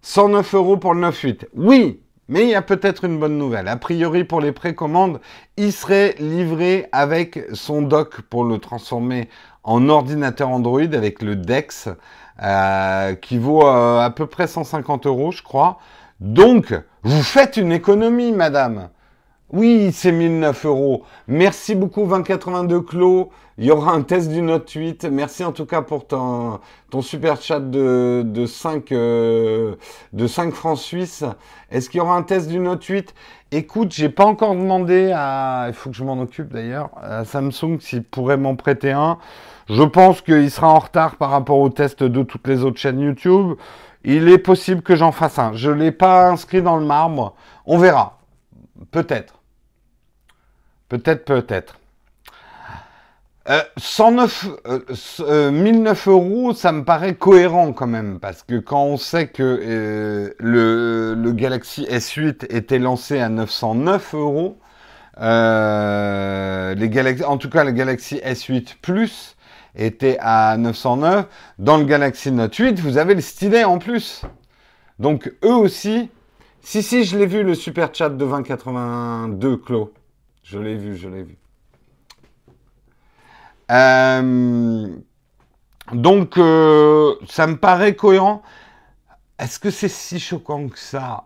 cent neuf euros pour le neuf huit. Oui, mais il y a peut-être une bonne nouvelle. A priori, pour les précommandes, il serait livré avec son dock pour le transformer en ordinateur Android avec le Dex, euh, qui vaut euh, à peu près cent cinquante euros, je crois. Donc, vous faites une économie, madame. Oui, c'est mille neuf euros. Merci beaucoup, vingt quatre-vingt-deux Clos. Il y aura un test du Note huit. Merci en tout cas pour ton, ton super chat de, de, cinq, euh, de cinq francs suisses. Est-ce qu'il y aura un test du Note huit? Écoute, j'ai pas encore demandé à... Il faut que je m'en occupe d'ailleurs. À Samsung s'il pourrait m'en prêter un. Je pense qu'il sera en retard par rapport au test de toutes les autres chaînes YouTube. Il est possible que j'en fasse un. Je ne l'ai pas inscrit dans le marbre. On verra. Peut-être. Peut-être, peut-être. Euh, cent neuf, euh, euh, mille neuf euros, ça me paraît cohérent quand même, parce que quand on sait que euh, le, le Galaxy S huit était lancé à neuf cent neuf euros, euh, les Galaxy, en tout cas le Galaxy S huit Plus était à neuf cent neuf, dans le Galaxy Note huit, vous avez le stylet en plus. Donc eux aussi, si si, je l'ai vu le super chat de vingt quatre-vingt-deux Clos. Je l'ai vu, je l'ai vu. Euh, donc, euh, ça me paraît cohérent. Est-ce que c'est si choquant que ça?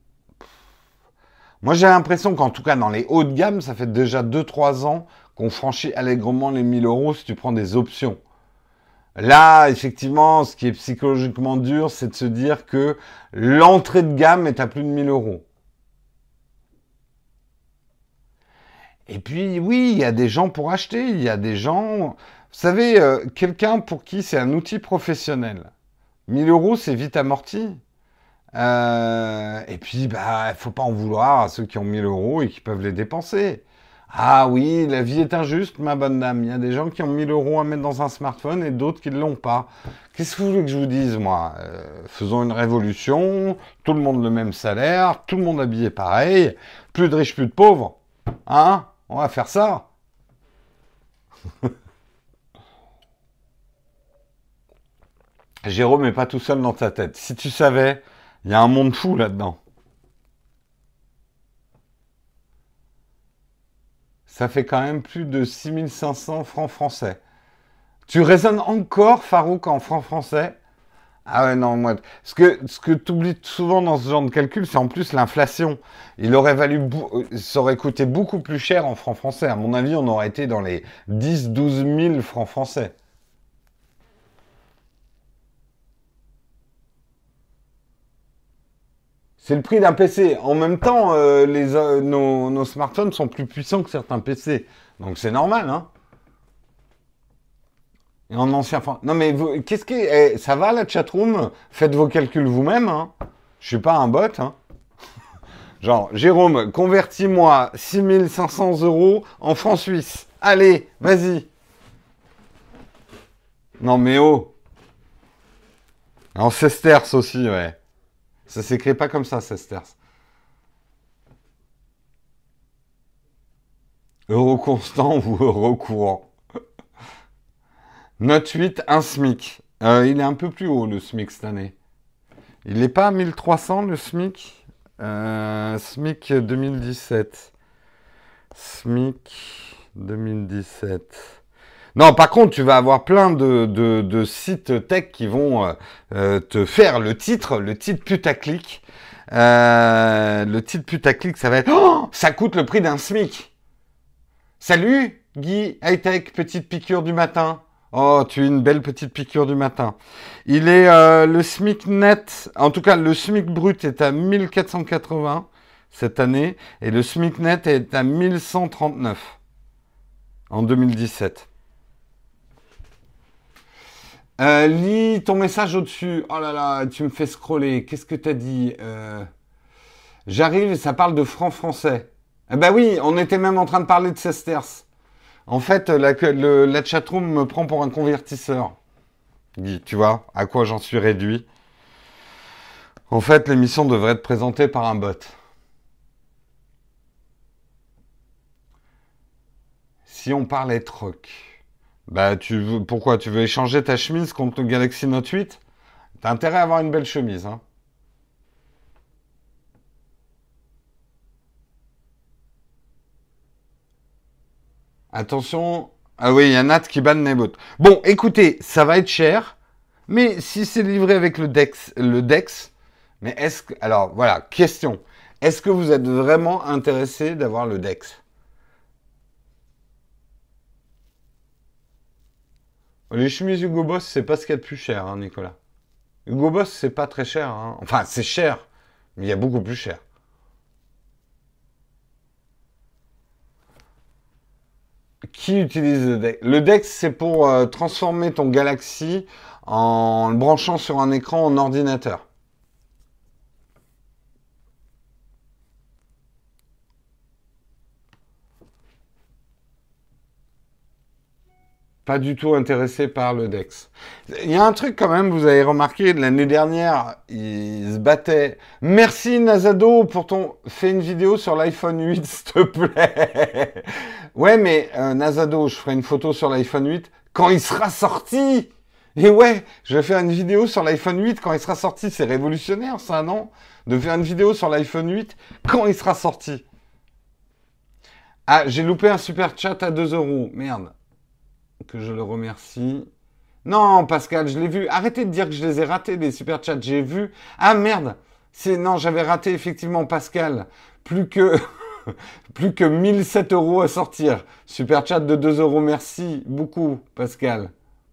Moi, j'ai l'impression qu'en tout cas, dans les hauts de gamme, ça fait déjà deux trois ans qu'on franchit allègrement les mille euros si tu prends des options. Là, effectivement, ce qui est psychologiquement dur, c'est de se dire que l'entrée de gamme est à plus de mille euros. Et puis, oui, il y a des gens pour acheter, il y a des gens... Vous savez, euh, quelqu'un pour qui c'est un outil professionnel. mille euros, c'est vite amorti. Euh, et puis, bah, il faut pas en vouloir à ceux qui ont mille euros et qui peuvent les dépenser. Ah oui, la vie est injuste, ma bonne dame. Il y a des gens qui ont mille euros à mettre dans un smartphone et d'autres qui ne l'ont pas. Qu'est-ce que vous voulez que je vous dise, moi? euh, Faisons une révolution, tout le monde le même salaire, tout le monde habillé pareil, plus de riches, plus de pauvres. Hein? On va faire ça. Jérôme n'est pas tout seul dans ta tête. Si tu savais, il y a un monde fou là-dedans. Ça fait quand même plus de six mille cinq cents francs français. Tu raisonnes encore, Farouk, en francs français? Ah ouais, non, moi... Ce que, ce que tu oublies souvent dans ce genre de calcul, c'est en plus l'inflation. Il aurait valu... bou- Ça aurait coûté beaucoup plus cher en francs français. À mon avis, on aurait été dans les dix douze mille francs français. C'est le prix d'un P C. En même temps, euh, les, euh, nos, nos smartphones sont plus puissants que certains P C. Donc c'est normal, hein. Et en ancien... fran- Non mais vous- qu'est-ce qui... eh, ça va la chatroom? Faites vos calculs vous-même, hein. Je suis pas un bot, hein. Genre, Jérôme, convertis-moi six mille cinq cents euros en francs suisses. Allez, vas-y. Non mais oh. En sesterces aussi, ouais. Ça s'écrit pas comme ça, sesterces. Euro constant ou euro courant? Note huit, un SMIC. Euh, il est un peu plus haut, le SMIC, cette année. Il n'est pas à mille trois cents, le SMIC? Euh, SMIC deux mille dix-sept. SMIC deux mille dix-sept. Non, par contre, tu vas avoir plein de, de, de sites tech qui vont euh, euh, te faire le titre, le titre putaclic. Euh, le titre putaclic, ça va être... Oh, ça coûte le prix d'un SMIC. Salut, Guy Hightech, petite piqûre du matin. Oh, tu es une belle petite piqûre du matin. Il est euh, le SMIC net, en tout cas le SMIC brut est à mille quatre cent quatre-vingts cette année et le SMIC net est à mille cent trente-neuf en deux mille dix-sept. Euh, lis ton message au-dessus. Oh là là, tu me fais scroller. Qu'est-ce que t'as dit? euh... J'arrive et ça parle de francs français. Eh ben oui, on était même en train de parler de sesterces. En fait, la, le, la chatroom me prend pour un convertisseur. Guy, tu vois à quoi j'en suis réduit? En fait, l'émission devrait être présentée par un bot. Si on parlait troc, bah tu veux, pourquoi? Tu veux échanger ta chemise contre le Galaxy Note huit? T'as intérêt à avoir une belle chemise, hein. Attention. Ah oui, il y a Nat qui banne Nebot. Bon, écoutez, ça va être cher. Mais si c'est livré avec le Dex, le Dex, mais est-ce que... Alors, voilà, question. Est-ce que vous êtes vraiment intéressé d'avoir le Dex? Les chemises Hugo Boss, c'est pas ce qu'il y a de plus cher, hein, Nicolas. Hugo Boss, c'est pas très cher, hein. Enfin, c'est cher, mais il y a beaucoup plus cher. Qui utilise le Dex? Le Dex, c'est pour euh, transformer ton Galaxy en le branchant sur un écran en ordinateur. Pas du tout intéressé par le Dex. Il y a un truc quand même, vous avez remarqué, l'année dernière, ils se battaient. Merci Nazado pour ton... Fais une vidéo sur l'iPhone huit, s'il te plaît. Ouais, mais euh, Nazado, je ferai une photo sur l'iPhone huit quand il sera sorti. Et ouais, je vais faire une vidéo sur l'iPhone huit quand il sera sorti. C'est révolutionnaire, ça, non? De faire une vidéo sur l'iPhone huit quand il sera sorti. Ah, j'ai loupé un super chat à deux euros. Merde. Que je le remercie. Non, Pascal, je l'ai vu. Arrêtez de dire que je les ai ratés, les super chats. J'ai vu. Ah merde. C'est non, j'avais raté effectivement Pascal. Plus que plus que mille sept euros à sortir. Super chat de deux euros. Merci beaucoup, Pascal.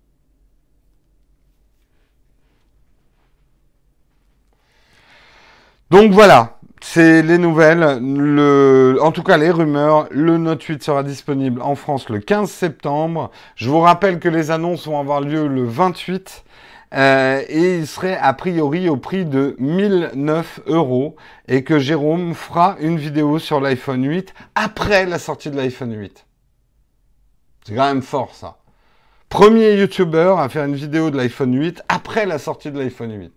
Donc voilà, c'est les nouvelles. Le, en tout cas, les rumeurs. Le Note huit sera disponible en France le quinze septembre. Je vous rappelle que les annonces vont avoir lieu le vingt-huit. Euh, et il serait a priori au prix de mille neuf euros. Et que Jérôme fera une vidéo sur l'iPhone huit après la sortie de l'iPhone huit. C'est quand même fort ça. Premier YouTuber à faire une vidéo de l'iPhone huit après la sortie de l'iPhone huit.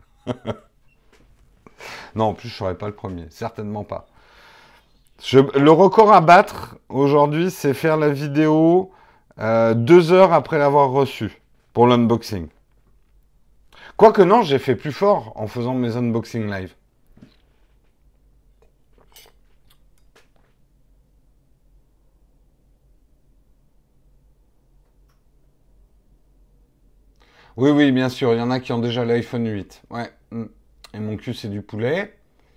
Non, en plus, je ne serais pas le premier. Certainement pas. Je- le record à battre aujourd'hui, c'est faire la vidéo euh, deux heures après l'avoir reçu pour l'unboxing. Quoique non, j'ai fait plus fort en faisant mes unboxing live. Oui, oui, bien sûr, il y en a qui ont déjà l'iPhone huit. Ouais. mm. Et mon cul, c'est du poulet.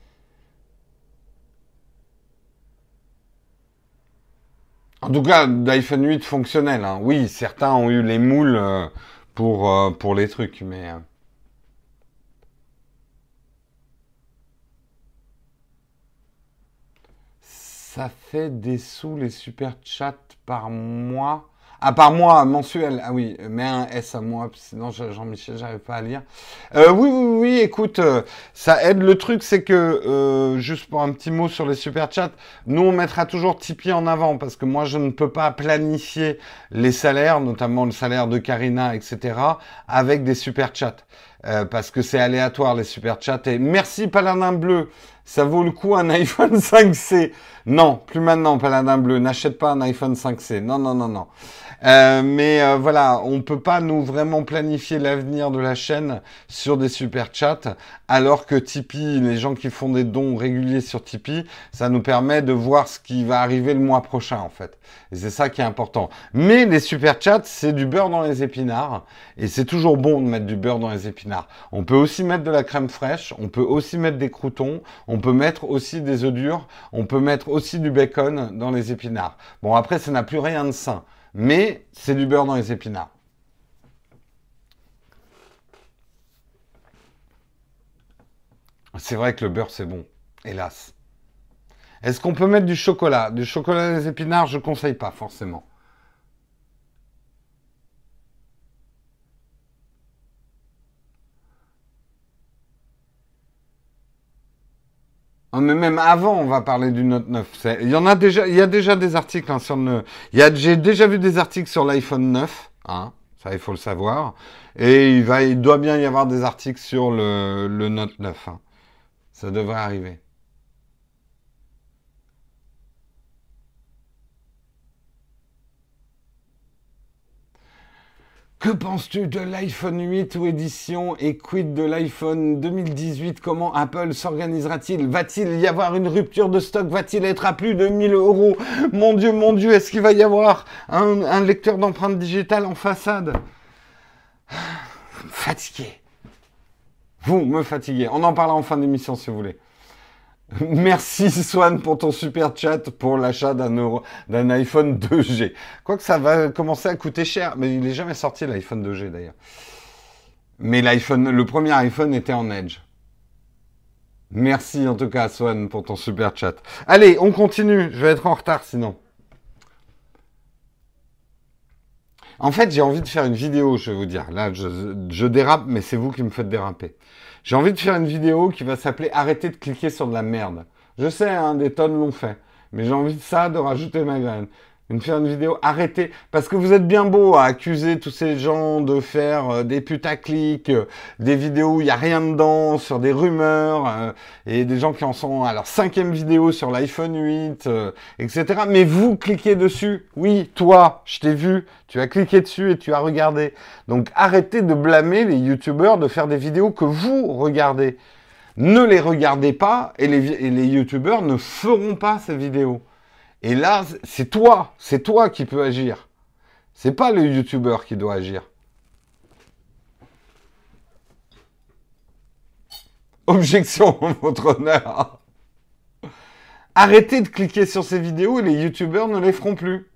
En tout cas, l'iPhone huit fonctionnel, hein. Oui, certains ont eu les moules euh, pour, euh, pour les trucs, mais... euh, Ça fait des sous les super chats par mois. Ah, par mois, mensuel. Ah oui, mets un S à moi, sinon je- Jean-Michel, j'arrive pas à lire. Euh, oui, oui, oui, écoute, euh, ça aide. Le truc, c'est que, euh, juste pour un petit mot sur les super chats, nous, on mettra toujours Tipeee en avant, parce que moi, je ne peux pas planifier les salaires, notamment le salaire de Karina, et cetera, avec des super chats. Euh, parce que c'est aléatoire, les super chats. Et merci, Paladin Bleu. Ça vaut le coup un iPhone cinq C. Non, plus maintenant, Paladin Bleu. N'achète pas un iPhone cinq C. Non, non, non, non. Euh, mais euh, voilà, on peut pas nous vraiment planifier l'avenir de la chaîne sur des super chats, alors que Tipeee, les gens qui font des dons réguliers sur Tipeee, ça nous permet de voir ce qui va arriver le mois prochain en fait. Et c'est ça qui est important. Mais les super chats, c'est du beurre dans les épinards, et c'est toujours bon de mettre du beurre dans les épinards. On peut aussi mettre de la crème fraîche, on peut aussi mettre des croûtons, on peut mettre aussi des œufs durs, on peut mettre aussi du bacon dans les épinards. Bon après, ça n'a plus rien de sain. Mais c'est du beurre dans les épinards. C'est vrai que le beurre, c'est bon. Hélas. Est-ce qu'on peut mettre du chocolat? Du chocolat dans les épinards, je ne conseille pas forcément. Oh, mais même avant, on va parler du Note neuf. C'est- Il y en a déjà, il y a déjà des articles hein, sur le. Il y a, j'ai déjà vu des articles sur l'iPhone neuf. Hein, ça, il faut le savoir. Et il va, il doit bien y avoir des articles sur le, le Note neuf. Hein. Ça devrait arriver. Que penses-tu de l'iPhone huit ou édition et quid de l'iPhone deux mille dix-huit? Comment Apple s'organisera-t-il? Va-t-il y avoir une rupture de stock? Va-t-il être à plus de mille euros? Mon Dieu, mon Dieu, est-ce qu'il va y avoir un, un lecteur d'empreintes digitales en façade? Fatigué. Vous me fatiguez. On en parlera en fin d'émission si vous voulez. Merci Swan pour ton super chat pour l'achat d'un euro, d'un iPhone deux G. Quoique ça va commencer à coûter cher, mais il n'est jamais sorti l'iPhone deux G d'ailleurs. Mais l'iPhone, le premier iPhone était en Edge. Merci en tout cas Swan pour ton super chat. Allez, on continue, je vais être en retard sinon. En fait, j'ai envie de faire une vidéo, je vais vous dire. Là, je, je dérape, mais c'est vous qui me faites déraper. J'ai envie de faire une vidéo qui va s'appeler « Arrêtez de cliquer sur de la merde ». Je sais, hein, des tonnes l'ont fait. Mais j'ai envie de ça, de rajouter ma graine. De faire une vidéo « Arrêtez ». Parce que vous êtes bien beau à accuser tous ces gens de faire euh, des putaclics, euh, des vidéos où il n'y a rien dedans, sur des rumeurs, euh, et des gens qui en sont à leur cinquième vidéo sur l'iPhone huit, euh, et cetera. Mais vous cliquez dessus. Oui, toi, je t'ai vu. Tu as cliqué dessus et tu as regardé. Donc arrêtez de blâmer les youtubeurs de faire des vidéos que vous regardez. Ne les regardez pas et les, et les youtubeurs ne feront pas ces vidéos. Et là, c'est toi, c'est toi qui peux agir. C'est pas le youtubeur qui doit agir. Objection, votre honneur. Arrêtez de cliquer sur ces vidéos et les youtubeurs ne les feront plus.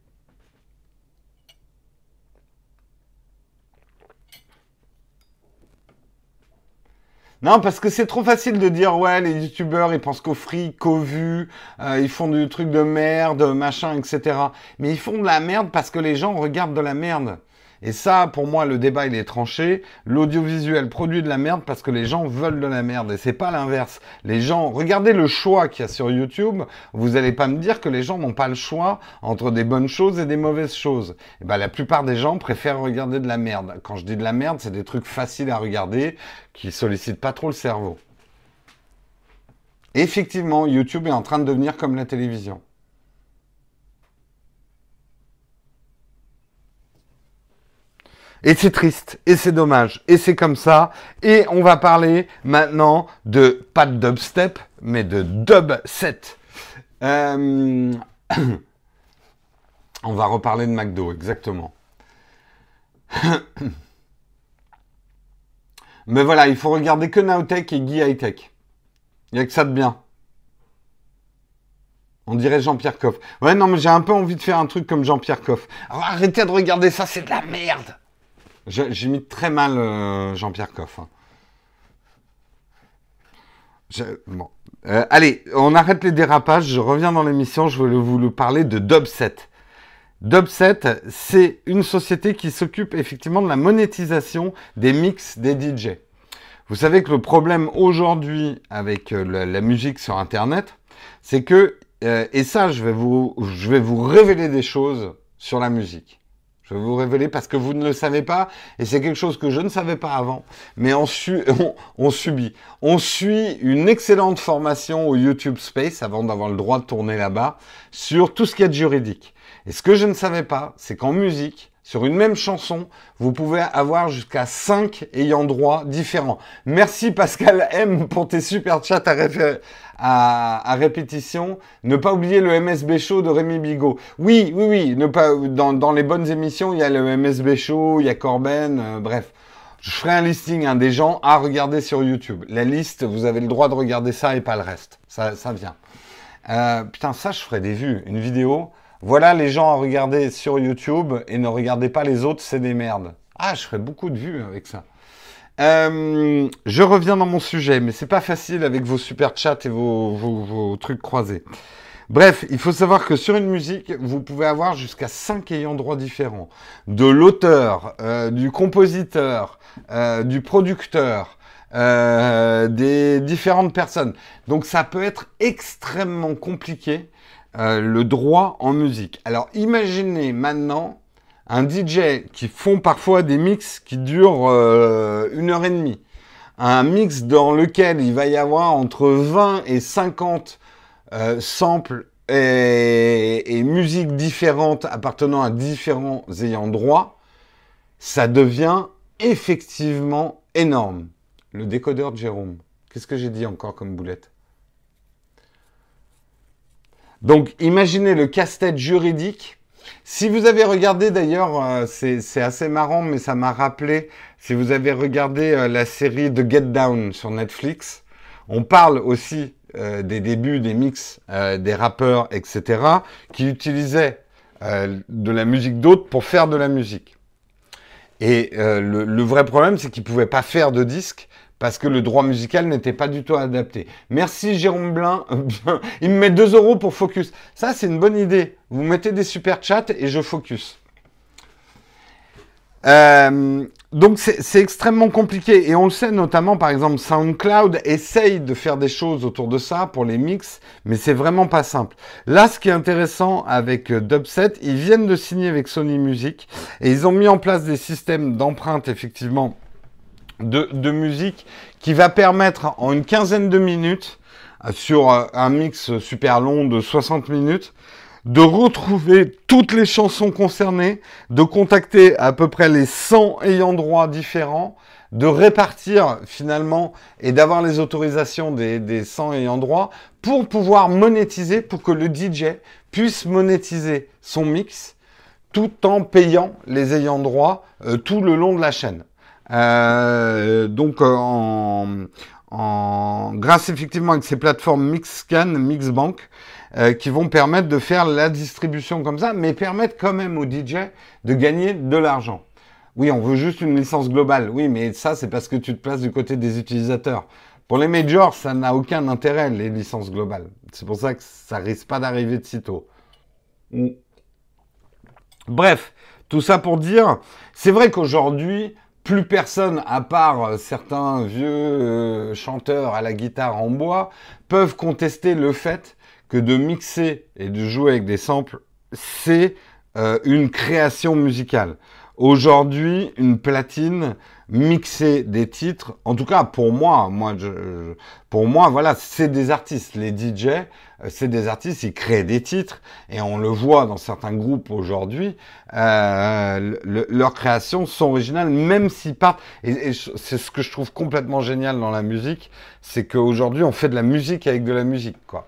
Non, parce que c'est trop facile de dire, ouais, les youtubeurs, ils pensent qu'au fric, qu'aux vues, euh, ils font du truc de merde, machin, et cetera. Mais ils font de la merde parce que les gens regardent de la merde. Et ça, pour moi, le débat, il est tranché. L'audiovisuel produit de la merde parce que les gens veulent de la merde. Et c'est pas l'inverse. Les gens, regardez le choix qu'il y a sur YouTube. Vous allez pas me dire que les gens n'ont pas le choix entre des bonnes choses et des mauvaises choses. Et ben, la plupart des gens préfèrent regarder de la merde. Quand je dis de la merde, c'est des trucs faciles à regarder, qui sollicitent pas trop le cerveau. Et effectivement, YouTube est en train de devenir comme la télévision. Et c'est triste, et c'est dommage, et c'est comme ça. Et on va parler maintenant de, pas de dubstep, mais de dubset. Euh, on va reparler de McDo, exactement. Mais voilà, il faut regarder que Nowtech et Guy Hightech. Il n'y a que ça de bien. On dirait Jean-Pierre Coff. Ouais, non, mais j'ai un peu envie de faire un truc comme Jean-Pierre Coff. Alors arrêtez de regarder ça, c'est de la merde. J'imite très mal euh, Jean-Pierre Coff. Hein. Je, bon. euh, allez, on arrête les dérapages. Je reviens dans l'émission. Je vais vous parler de Dubset. Dubset, c'est une société qui s'occupe effectivement de la monétisation des mix des D J. Vous savez que le problème aujourd'hui avec euh, la, la musique sur Internet, c'est que, euh, et ça, je vais vous, je vais vous révéler des choses sur la musique. Je vais vous révéler parce que vous ne le savez pas, et c'est quelque chose que je ne savais pas avant, mais on, su, on, on subit. On suit une excellente formation au YouTube Space, avant d'avoir le droit de tourner là-bas, sur tout ce qu'il y a de juridique. Et ce que je ne savais pas, c'est qu'en musique, sur une même chanson, vous pouvez avoir jusqu'à cinq ayants droit différents. Merci Pascal M pour tes super chats à, réfé- à, à répétition. Ne pas oublier le M S B Show de Rémi Bigot. Oui, oui, oui. Ne pas, dans, dans les bonnes émissions, il y a le M S B Show, il y a Corben, euh, bref. Je ferai un listing hein, des gens à regarder sur YouTube. La liste, vous avez le droit de regarder ça et pas le reste. Ça, ça vient. Euh, putain, ça, je ferai des vues. Une vidéo... Voilà les gens à regarder sur YouTube et ne regardez pas les autres, c'est des merdes. Ah, je ferai beaucoup de vues avec ça. Euh, je reviens dans mon sujet, mais c'est pas facile avec vos super chats et vos, vos, vos trucs croisés. Bref, il faut savoir que sur une musique, vous pouvez avoir jusqu'à cinq ayants droit différents. De l'auteur, euh, du compositeur, euh, du producteur, euh, des différentes personnes. Donc ça peut être extrêmement compliqué. Euh, le droit en musique. Alors imaginez maintenant un D J qui font parfois des mix qui durent euh, une heure et demie. Un mix dans lequel il va y avoir entre vingt et cinquante euh, samples et, et musiques différentes appartenant à différents ayants droit. ça devient effectivement énorme. Le décodeur de Jérôme. Qu'est-ce que j'ai dit encore comme boulette? Donc, imaginez le casse-tête juridique. Si vous avez regardé, d'ailleurs, euh, c'est, c'est assez marrant, mais ça m'a rappelé, si vous avez regardé euh, la série The Get Down sur Netflix, on parle aussi euh, des débuts des mix euh, des rappeurs, et cetera, qui utilisaient euh, de la musique d'autres pour faire de la musique. Et euh, le, le vrai problème, c'est qu'ils ne pouvaient pas faire de disques parce que le droit musical n'était pas du tout adapté. Merci Jérôme Blin. Il me met deux euros pour focus. Ça, c'est une bonne idée. Vous mettez des super chats et je focus. Euh, donc, c'est, c'est extrêmement compliqué. Et on le sait notamment, par exemple, SoundCloud essaye de faire des choses autour de ça pour les mix, mais c'est vraiment pas simple. Là, ce qui est intéressant avec Dubset, ils viennent de signer avec Sony Music et ils ont mis en place des systèmes d'empreinte, effectivement, De, de musique qui va permettre en une quinzaine de minutes, sur un mix super long de soixante minutes, de retrouver toutes les chansons concernées, de contacter à peu près les cent ayants droit différents, de répartir finalement et d'avoir les autorisations des, des cent ayants droit pour pouvoir monétiser, pour que le D J puisse monétiser son mix tout en payant les ayants droit euh, tout le long de la chaîne. Euh, donc euh, en, en grâce effectivement avec ces plateformes Mixscan, Mixbank euh, qui vont permettre de faire la distribution comme ça, mais permettre quand même aux D J de gagner de l'argent. Oui, on veut juste une licence globale. Oui, mais ça c'est parce que tu te places du côté des utilisateurs. Pour les majors, ça n'a aucun intérêt les licences globales. C'est pour ça que ça risque pas d'arriver de sitôt. Mm. Bref, tout ça pour dire, c'est vrai qu'aujourd'hui plus personne, à part certains vieux euh, chanteurs à la guitare en bois, peuvent contester le fait que de mixer et de jouer avec des samples, c'est euh, une création musicale. Aujourd'hui, une platine, mixer des titres, en tout cas pour moi, moi je, je, pour moi, voilà, c'est des artistes. Les D J, c'est des artistes, ils créent des titres, et on le voit dans certains groupes aujourd'hui, euh, le, leurs créations sont originales, même s'ils partent, et, et c'est ce que je trouve complètement génial dans la musique, c'est qu'aujourd'hui, on fait de la musique avec de la musique, quoi.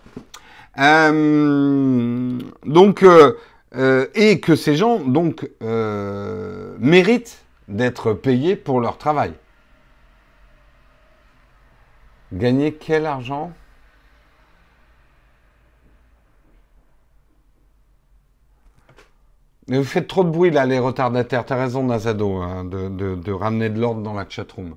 Euh, donc, euh, Euh, et que ces gens, donc, euh, méritent d'être payés pour leur travail. Gagner quel argent? Mais vous faites trop de bruit, là, les retardataires. T'as raison, Nazado, hein, de, de, de ramener de l'ordre dans la chatroom.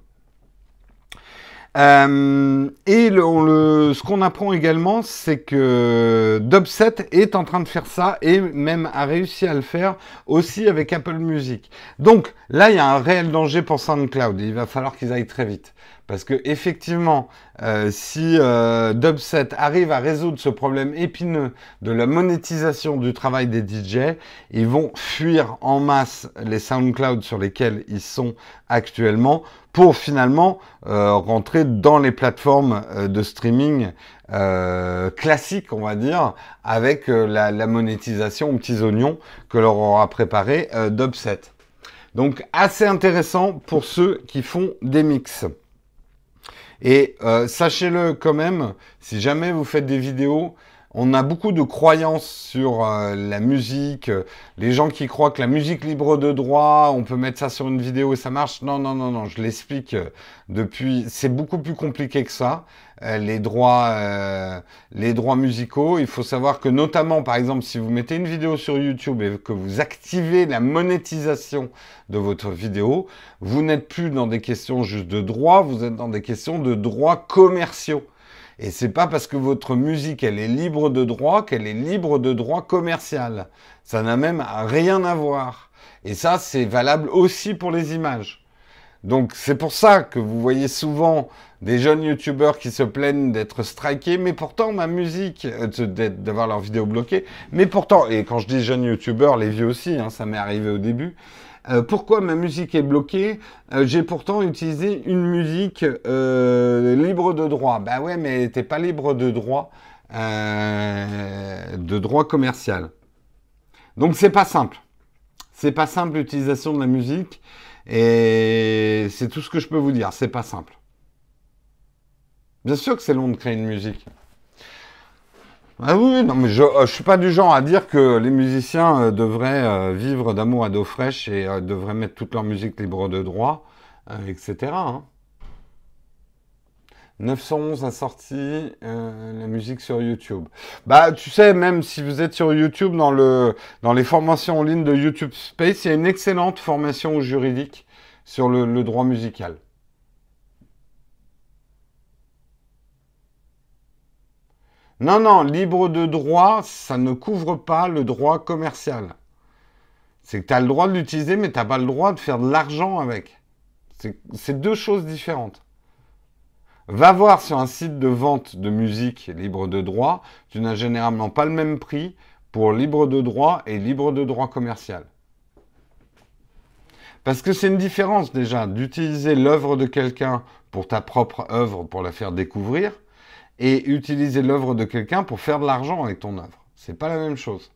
Euh, et le, le, ce qu'on apprend également, c'est que Dubset est en train de faire ça et même a réussi à le faire aussi avec Apple Music. Donc là, il y a un réel danger pour SoundCloud. Il va falloir qu'ils aillent très vite. Parce que effectivement, euh, si euh, Dubset arrive à résoudre ce problème épineux de la monétisation du travail des D J, ils vont fuir en masse les SoundCloud sur lesquels ils sont actuellement pour finalement euh, rentrer dans les plateformes euh, de streaming euh, classiques, on va dire, avec euh, la, la monétisation aux petits oignons que leur aura préparé euh, Dubset. Donc assez intéressant pour ceux qui font des mix. Et euh, sachez-le quand même, si jamais vous faites des vidéos, on a beaucoup de croyances sur euh, la musique, les gens qui croient que la musique libre de droit, on peut mettre ça sur une vidéo et ça marche. Non, non, non, non, je l'explique depuis, c'est beaucoup plus compliqué que ça. Euh, les droits, euh, les droits musicaux, il faut savoir que notamment, par exemple, si vous mettez une vidéo sur YouTube et que vous activez la monétisation de votre vidéo, vous n'êtes plus dans des questions juste de droit, vous êtes dans des questions de droits commerciaux. Et c'est pas parce que votre musique, elle est libre de droit qu'elle est libre de droit commercial. Ça n'a même rien à voir. Et ça, c'est valable aussi pour les images. Donc, c'est pour ça que vous voyez souvent des jeunes youtubeurs qui se plaignent d'être strikés, mais pourtant, ma musique, euh, d'avoir leur vidéo bloquée, mais pourtant, et quand je dis jeunes youtubeurs, les vieux aussi, hein, ça m'est arrivé au début, Euh, pourquoi ma musique est bloquée? euh, J'ai pourtant utilisé une musique euh, libre de droit. Bah ouais, mais t'es pas libre de droit, euh, de droit commercial. Donc c'est pas simple. C'est pas simple l'utilisation de la musique. Et c'est tout ce que je peux vous dire. C'est pas simple. Bien sûr que c'est long de créer une musique. Ah oui, non, mais je, euh, je suis pas du genre à dire que les musiciens euh, devraient euh, vivre d'amour à d'eau fraîche et euh, devraient mettre toute leur musique libre de droit, euh, et cetera hein. neuf cent onze a sorti euh, la musique sur YouTube. Bah, tu sais, même si vous êtes sur YouTube, dans le, dans les formations en ligne de YouTube Space, il y a une excellente formation juridique sur le, le droit musical. Non, non, libre de droit, ça ne couvre pas le droit commercial. C'est que tu as le droit de l'utiliser, mais tu n'as pas le droit de faire de l'argent avec. C'est c'est deux choses différentes. Va voir sur un site de vente de musique libre de droit, tu n'as généralement pas le même prix pour libre de droit et libre de droit commercial. Parce que c'est une différence déjà d'utiliser l'œuvre de quelqu'un pour ta propre œuvre, pour la faire découvrir, et utiliser l'œuvre de quelqu'un pour faire de l'argent avec ton œuvre. C'est pas la même chose.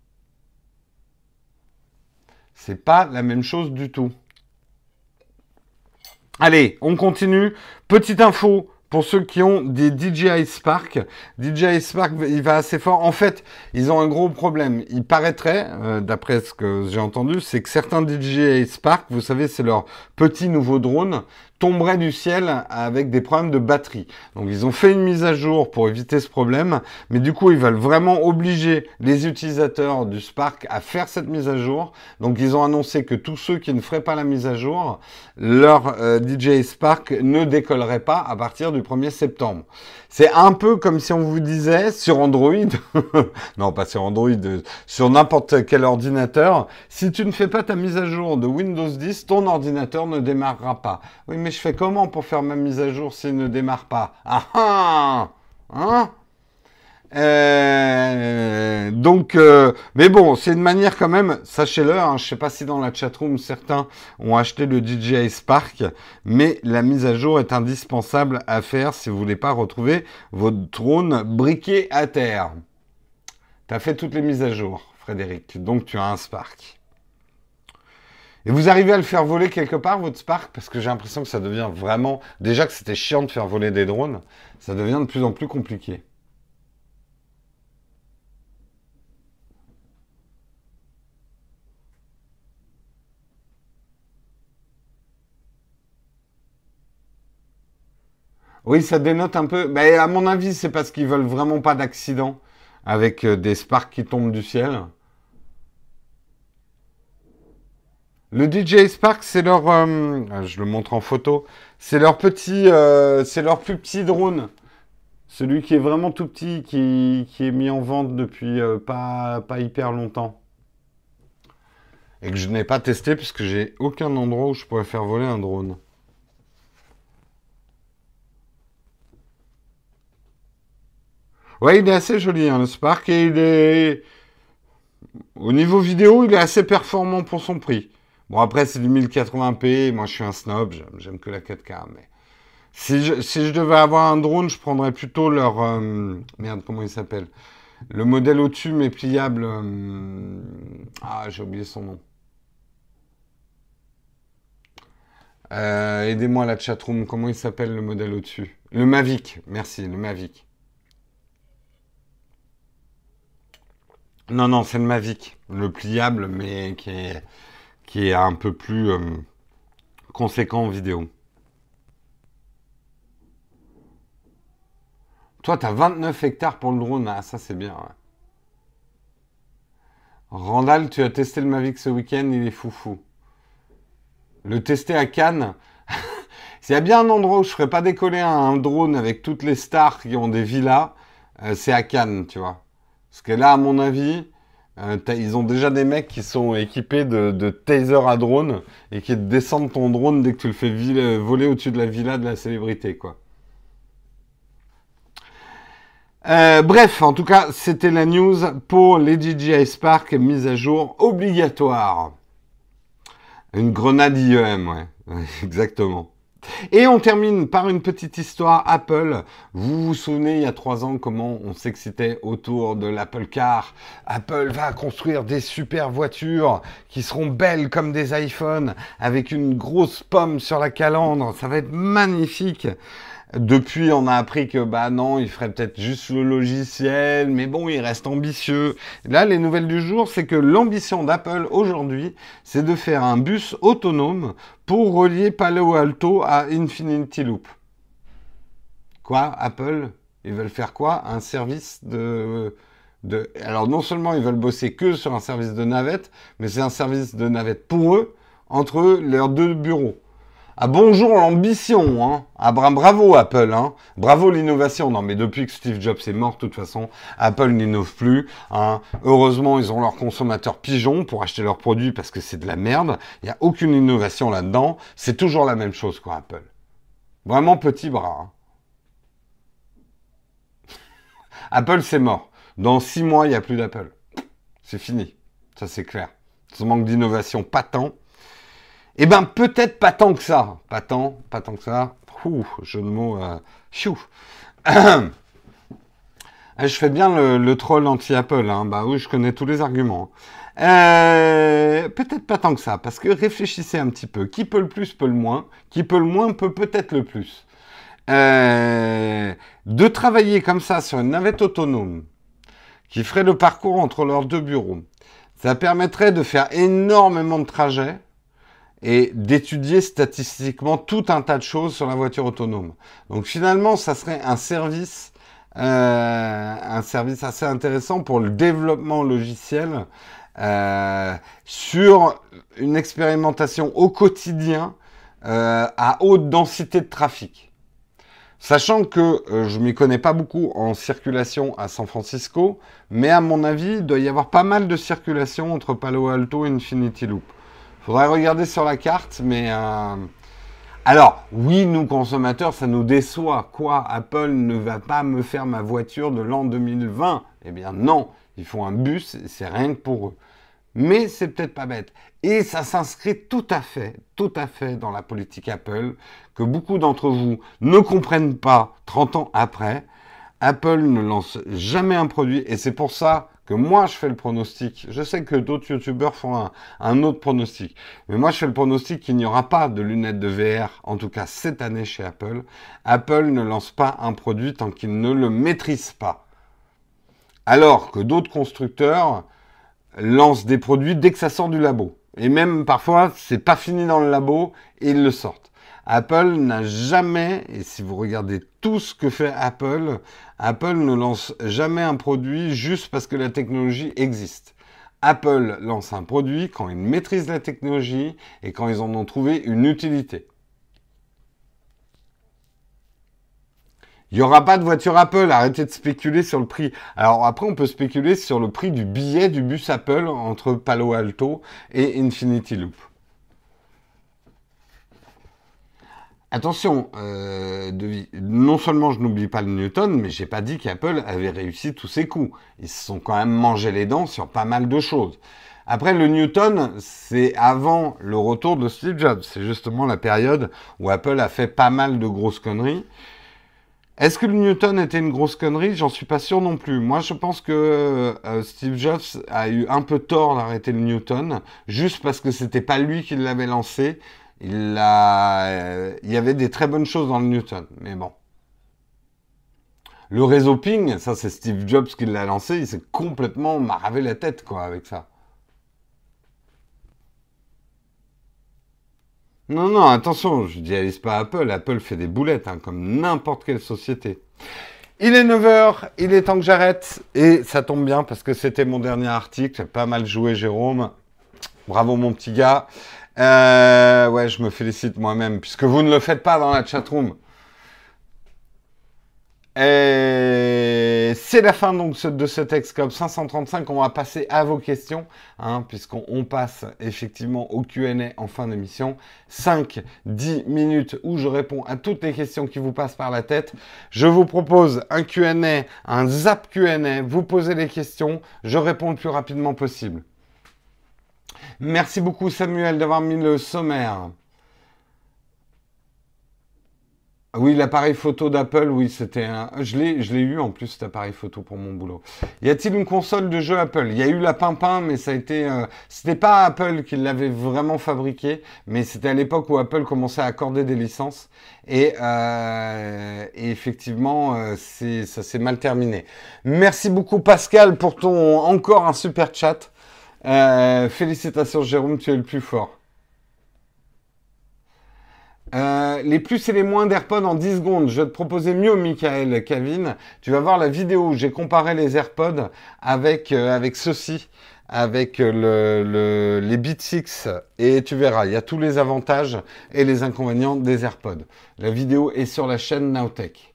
C'est pas la même chose du tout. Allez, on continue. Petite info pour ceux qui ont des D J I Spark. D J I Spark, il va assez fort. En fait, ils ont un gros problème. Il paraîtrait, euh, d'après ce que j'ai entendu, c'est que certains D J I Spark, vous savez, c'est leur petit nouveau drone, tomberaient du ciel avec des problèmes de batterie. Donc, ils ont fait une mise à jour pour éviter ce problème. Mais du coup, ils veulent vraiment obliger les utilisateurs du Spark à faire cette mise à jour. Donc, ils ont annoncé que tous ceux qui ne feraient pas la mise à jour, leur euh, D J I Spark ne décollerait pas à partir du premier septembre. C'est un peu comme si on vous disait sur Android, non pas sur Android, sur n'importe quel ordinateur, si tu ne fais pas ta mise à jour de Windows dix, ton ordinateur ne démarrera pas. Oui, mais je fais comment pour faire ma mise à jour s'il ne démarre pas? Ah ah hein euh, donc, euh, mais bon, c'est une manière quand même, sachez-le, hein, je ne sais pas si dans la chatroom certains ont acheté le D J I Spark, mais la mise à jour est indispensable à faire si vous voulez pas retrouver votre drone briqué à terre. Tu as fait toutes les mises à jour, Frédéric, donc tu as un Spark. Et vous arrivez à le faire voler quelque part, votre Spark? Parce que j'ai l'impression que ça devient vraiment... Déjà que c'était chiant de faire voler des drones, ça devient de plus en plus compliqué. Oui, ça dénote un peu. Mais à mon avis, c'est parce qu'ils veulent vraiment pas d'accident avec euh, des sparks qui tombent du ciel. Le D J I Spark, c'est leur, euh, ah, je le montre en photo, c'est leur petit, euh, c'est leur plus petit drone. Celui qui est vraiment tout petit, qui, qui est mis en vente depuis euh, pas, pas hyper longtemps. Et que je n'ai pas testé puisque j'ai aucun endroit où je pourrais faire voler un drone. Ouais, il est assez joli, hein, le Spark, et il est... Au niveau vidéo, il est assez performant pour son prix. Bon, après, c'est du mille quatre-vingts p, moi je suis un snob, j'aime j'aime que la quatre K, mais... Si je, si je devais avoir un drone, je prendrais plutôt leur... euh, Merde, comment il s'appelle? Le modèle au-dessus, mais pliable... euh, Ah, j'ai oublié son nom. Euh, aidez-moi la chatroom, comment il s'appelle le modèle au-dessus? Le Mavic, merci, le Mavic. Non, non, c'est le Mavic, le pliable, mais qui est, qui est un peu plus euh, conséquent en vidéo. Toi, t'as vingt-neuf hectares pour le drone, ah, ça c'est bien. Ouais. Randall, tu as testé le Mavic ce week-end, il est foufou. Le tester à Cannes, s'il y a bien un endroit où je ferais pas décoller un drone avec toutes les stars qui ont des villas, euh, c'est à Cannes, tu vois. Parce que là, à mon avis, euh, ils ont déjà des mecs qui sont équipés de, de tasers à drone et qui te descendent ton drone dès que tu le fais vil- voler au-dessus de la villa de la célébrité, quoi. Euh, bref, en tout cas, c'était la news pour les D J I Spark, mise à jour obligatoire. Une grenade I E M, ouais, exactement. Et on termine par une petite histoire Apple. Vous vous souvenez, il y a trois ans, comment on s'excitait autour de l'Apple Car. Apple va construire des super voitures qui seront belles comme des iPhones, avec une grosse pomme sur la calandre. Ça va être magnifique. Depuis, on a appris que, bah non, il ferait peut-être juste le logiciel, mais bon, il reste ambitieux. Là, les nouvelles du jour, c'est que l'ambition d'Apple aujourd'hui, c'est de faire un bus autonome pour relier Palo Alto à Infinity Loop. Quoi, Apple? Ils veulent faire quoi? Un service de... de... Alors, non seulement ils veulent bosser que sur un service de navette, mais c'est un service de navette pour eux, entre leurs deux bureaux. Ah bonjour l'ambition, hein. Ah bravo Apple, hein. Bravo l'innovation. Non mais depuis que Steve Jobs est mort, de toute façon, Apple n'innove plus. Hein. Heureusement, ils ont leurs consommateurs pigeons pour acheter leurs produits parce que c'est de la merde. Il n'y a aucune innovation là-dedans. C'est toujours la même chose quoi, Apple. Vraiment petit bras. Hein. Apple c'est mort. Dans six mois, il n'y a plus d'Apple. C'est fini. Ça c'est clair. Ce manque d'innovation pas tant. Eh ben, peut-être pas tant que ça. Pas tant, pas tant que ça. Ouh, jeu de mots. Euh... Chou. Je fais bien le, le troll anti-Apple. Hein. Bah oui, je connais tous les arguments. Euh... Peut-être pas tant que ça. Parce que réfléchissez un petit peu. Qui peut le plus, peut le moins. Qui peut le moins, peut peut-être le plus. Euh... De travailler comme ça sur une navette autonome qui ferait le parcours entre leurs deux bureaux, ça permettrait de faire énormément de trajets et d'étudier statistiquement tout un tas de choses sur la voiture autonome. Donc finalement, ça serait un service, euh, un service assez intéressant pour le développement logiciel euh, sur une expérimentation au quotidien euh, à haute densité de trafic. Sachant que euh, je m'y connais pas beaucoup en circulation à San Francisco, mais à mon avis, il doit y avoir pas mal de circulation entre Palo Alto et Infinity Loop. Faudrait regarder sur la carte, mais... Euh... Alors, oui, nous, consommateurs, ça nous déçoit. Quoi? Apple ne va pas me faire ma voiture de l'an deux mille vingt? Eh bien, non. Ils font un bus, c'est rien que pour eux. Mais c'est peut-être pas bête. Et ça s'inscrit tout à fait, tout à fait dans la politique Apple, que beaucoup d'entre vous ne comprennent pas trente ans après. Apple ne lance jamais un produit, et c'est pour ça que moi je fais le pronostic. Je sais que d'autres youtubeurs font un, un autre pronostic, mais moi je fais le pronostic qu'il n'y aura pas de lunettes de V R, en tout cas cette année chez Apple. Apple ne lance pas un produit tant qu'il ne le maîtrise pas. Alors que d'autres constructeurs lancent des produits dès que ça sort du labo. Et même parfois, c'est pas fini dans le labo et ils le sortent. Apple n'a jamais, et si vous regardez tout ce que fait Apple, Apple ne lance jamais un produit juste parce que la technologie existe. Apple lance un produit quand ils maîtrisent la technologie et quand ils en ont trouvé une utilité. Il n'y aura pas de voiture Apple, arrêtez de spéculer sur le prix. Alors après, on peut spéculer sur le prix du billet du bus Apple entre Palo Alto et Infinity Loop. Attention, euh, de, non seulement je n'oublie pas le Newton, mais j'ai pas dit qu'Apple avait réussi tous ses coups. Ils se sont quand même mangé les dents sur pas mal de choses. Après, le Newton, c'est avant le retour de Steve Jobs. C'est justement la période où Apple a fait pas mal de grosses conneries. Est-ce que le Newton était une grosse connerie? J'en suis pas sûr non plus. Moi, je pense que euh, Steve Jobs a eu un peu tort d'arrêter le Newton, juste parce que c'était pas lui qui l'avait lancé. Il, a, euh, il y avait des très bonnes choses dans le Newton, mais bon. Le réseau ping, ça c'est Steve Jobs qui l'a lancé, il s'est complètement maravé la tête quoi avec ça. Non, non, attention, je n'idéalise pas Apple. Apple fait des boulettes, hein, comme n'importe quelle société. Il est neuf heures, il est temps que j'arrête. Et ça tombe bien parce que c'était mon dernier article. Pas mal joué, Jérôme. Bravo, mon petit gars. Euh, ouais, je me félicite moi-même, puisque vous ne le faites pas dans la chatroom. Et c'est la fin donc de ce Texcope cinq cent trente-cinq. On va passer à vos questions, hein, puisqu'on passe effectivement au Q and A en fin d'émission. cinq dix minutes où je réponds à toutes les questions qui vous passent par la tête. Je vous propose un Q and A, un zap Q and A. Vous posez les questions, je réponds le plus rapidement possible. Merci beaucoup Samuel d'avoir mis le sommaire. Ah oui, l'appareil photo d'Apple, oui, c'était un... Je l'ai, je l'ai eu en plus, cet appareil photo pour mon boulot. Y a-t-il une console de jeu Apple? Il y a eu la Pimpin, mais ça a été... euh, C'était pas Apple qui l'avait vraiment fabriqué, mais c'était à l'époque où Apple commençait à accorder des licences. Et, euh, et effectivement, euh, c'est... ça s'est mal terminé. Merci beaucoup Pascal pour ton... encore un super chat. Euh, félicitations Jérôme, tu es le plus fort. Euh, les plus et les moins d'AirPods en dix secondes. Je vais te proposer mieux, Michael, Kevin. Tu vas voir la vidéo où j'ai comparé les AirPods avec, euh, avec ceux-ci, avec euh, le, le- les Beats Six. Et tu verras, il y a tous les avantages et les inconvénients des AirPods. La vidéo est sur la chaîne Nowtech.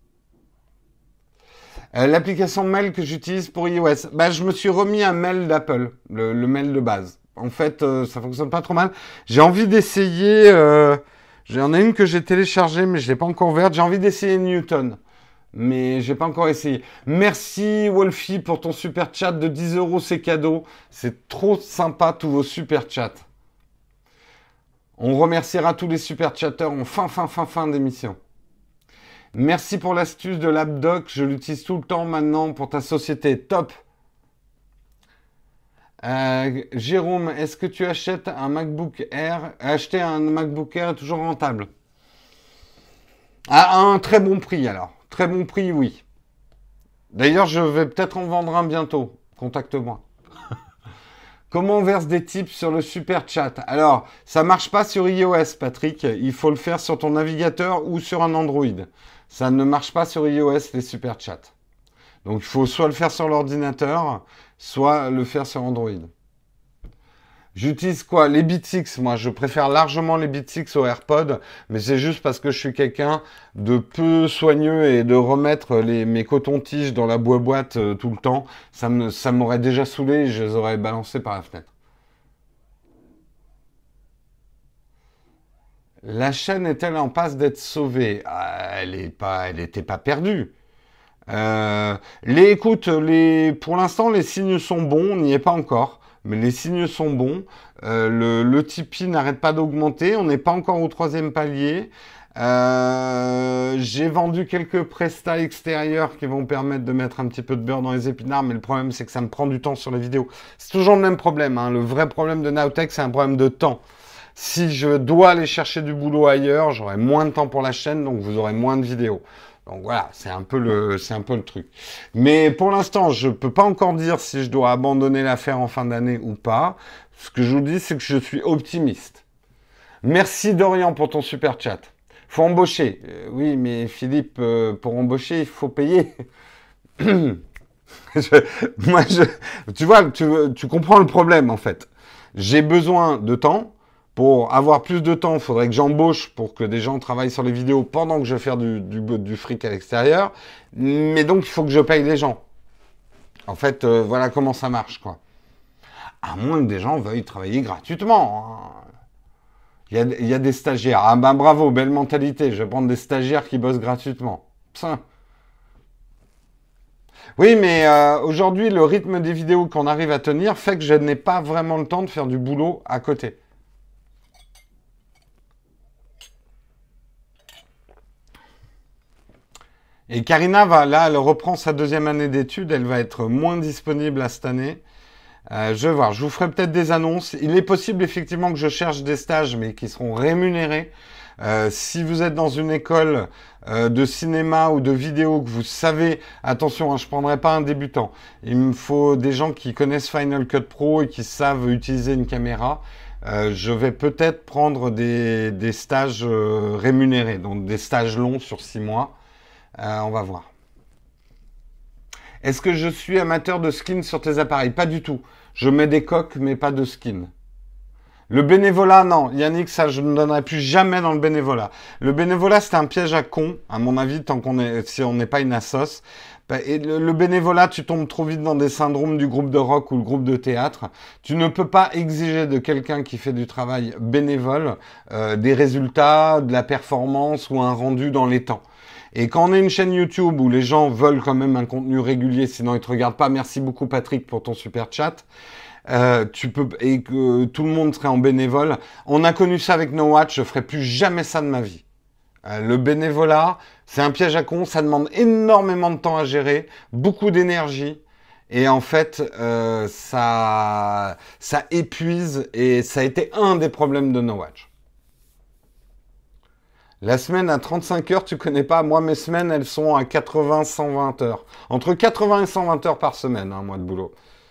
Euh, L'application Mail que j'utilise pour iOS, bah, je me suis remis un mail d'Apple, le, le mail de base. En fait, euh, ça fonctionne pas trop mal. J'ai envie d'essayer. Euh, J'en ai une que j'ai téléchargée, mais je l'ai pas encore ouverte. J'ai envie d'essayer Newton, mais j'ai pas encore essayé. Merci Wolfie pour ton super chat de dix euros, c'est cadeau. C'est trop sympa tous vos super chats. On remerciera tous les super chatteurs en fin, fin, fin, fin d'émission. Merci pour l'astuce de l'AppDoc, je l'utilise tout le temps maintenant pour ta société. Top. Euh, Jérôme, est-ce que tu achètes un MacBook Air? Acheter un MacBook Air est toujours rentable. À un très bon prix alors. Très bon prix, oui. D'ailleurs, je vais peut-être en vendre un bientôt. Contacte-moi. Comment on verse des tips sur le super chat? Alors, ça marche pas sur iOS, Patrick. Il faut le faire sur ton navigateur ou sur un Android. Ça ne marche pas sur iOS, les super chats. Donc, il faut soit le faire sur l'ordinateur, soit le faire sur Android. J'utilise quoi? Les Beats Six. Moi, je préfère largement les Beats Six aux AirPods, mais c'est juste parce que je suis quelqu'un de peu soigneux et de remettre les, mes cotons-tiges dans la boîte euh, tout le temps, ça me, ça m'aurait déjà saoulé et je les aurais balancés par la fenêtre. La chaîne est-elle en passe d'être sauvée? Ah, elle est pas, elle n'était pas perdue. Euh, les, écoute, les, pour l'instant, les signes sont bons, on n'y est pas encore, mais les signes sont bons. Euh, le, le Tipeee n'arrête pas d'augmenter, on n'est pas encore au troisième palier. Euh, j'ai vendu quelques prestats extérieurs qui vont permettre de mettre un petit peu de beurre dans les épinards, mais le problème c'est que ça me prend du temps sur les vidéos. C'est toujours le même problème, hein. Le vrai problème de Nowtech, c'est un problème de temps. Si je dois aller chercher du boulot ailleurs, j'aurai moins de temps pour la chaîne, donc vous aurez moins de vidéos. Donc voilà, c'est un peu le, c'est un peu le truc. Mais pour l'instant, je peux pas encore dire si je dois abandonner l'affaire en fin d'année ou pas. Ce que je vous dis, c'est que je suis optimiste. Merci Dorian pour ton super chat. Faut embaucher. Euh, oui, mais Philippe, euh, pour embaucher, il faut payer. Je- moi, je, tu vois, tu, tu comprends le problème en fait. J'ai besoin de temps. Pour avoir plus de temps, il faudrait que j'embauche pour que des gens travaillent sur les vidéos pendant que je vais faire du, du, du fric à l'extérieur. Mais donc, il faut que je paye les gens. En fait, euh, voilà comment ça marche, quoi. À moins que des gens veuillent travailler gratuitement, hein. Il y a, il y a des stagiaires. Ah ben bravo, belle mentalité. Je vais prendre des stagiaires qui bossent gratuitement. Ça. Oui, mais euh, aujourd'hui, le rythme des vidéos qu'on arrive à tenir fait que je n'ai pas vraiment le temps de faire du boulot à côté. Et Karina va, là, elle reprend sa deuxième année d'études, elle va être moins disponible à cette année. Euh, je vais voir, je vous ferai peut-être des annonces. Il est possible effectivement que je cherche des stages, mais qui seront rémunérés. Euh, si vous êtes dans une école euh, de cinéma ou de vidéo, que vous savez, attention, hein, je ne prendrai pas un débutant. Il me faut des gens qui connaissent Final Cut Pro et qui savent utiliser une caméra. Euh, je vais peut-être prendre des, des stages euh, rémunérés, donc des stages longs sur six mois. Euh, on va voir. Est-ce que je suis amateur de skin sur tes appareils? Pas du tout. Je mets des coques, mais pas de skin. Le bénévolat, non. Yannick, ça, je ne donnerai plus jamais dans le bénévolat. Le bénévolat, c'est un piège à con, à mon avis, tant qu'on est, si on n'est pas une assoce. Et le, le bénévolat, tu tombes trop vite dans des syndromes du groupe de rock ou le groupe de théâtre. Tu ne peux pas exiger de quelqu'un qui fait du travail bénévole euh, des résultats, de la performance ou un rendu dans les temps. Et quand on est une chaîne YouTube où les gens veulent quand même un contenu régulier, sinon ils te regardent pas. Merci beaucoup Patrick pour ton super chat. Euh, tu peux et que tout le monde serait en bénévole. On a connu ça avec No Watch. Je ferai plus jamais ça de ma vie. Euh, le bénévolat, c'est un piège à con, ça demande énormément de temps à gérer, beaucoup d'énergie. Et en fait, euh, ça, ça épuise et ça a été un des problèmes de No Watch. La semaine à trente-cinq heures, tu connais pas. Moi, mes semaines, elles sont à quatre-vingts à cent vingt heures. Entre quatre-vingts et cent vingt heures par semaine, un mois de boulot.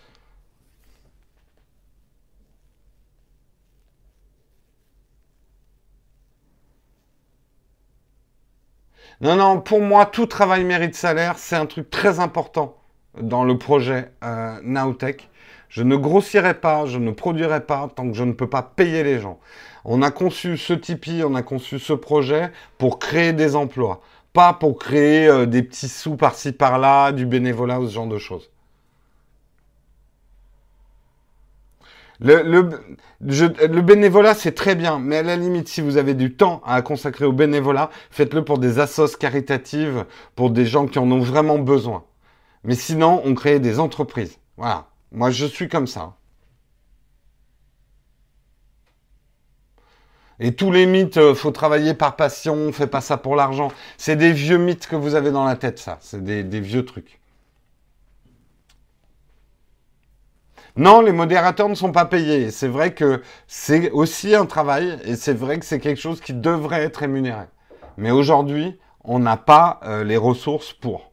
Non, non, pour moi, tout travail mérite salaire. C'est un truc très important dans le projet euh, Nowtech. Je ne grossirai pas, je ne produirai pas tant que je ne peux pas payer les gens. On a conçu ce Tipeee, on a conçu ce projet pour créer des emplois, pas pour créer euh, des petits sous par-ci par-là, du bénévolat ou ce genre de choses. Le, le, je- le bénévolat, c'est très bien, mais à la limite, si vous avez du temps à consacrer au bénévolat, faites-le pour des assos caritatives, pour des gens qui en ont vraiment besoin. Mais sinon, on crée des entreprises. Voilà. Moi, je suis comme ça. Et tous les mythes, euh, faut travailler par passion, on fait pas ça pour l'argent. C'est des vieux mythes que vous avez dans la tête, ça. C'est des, des vieux trucs. Non, les modérateurs ne sont pas payés. C'est vrai que c'est aussi un travail et c'est vrai que c'est quelque chose qui devrait être rémunéré. Mais aujourd'hui, on n'a pas euh, les ressources pour.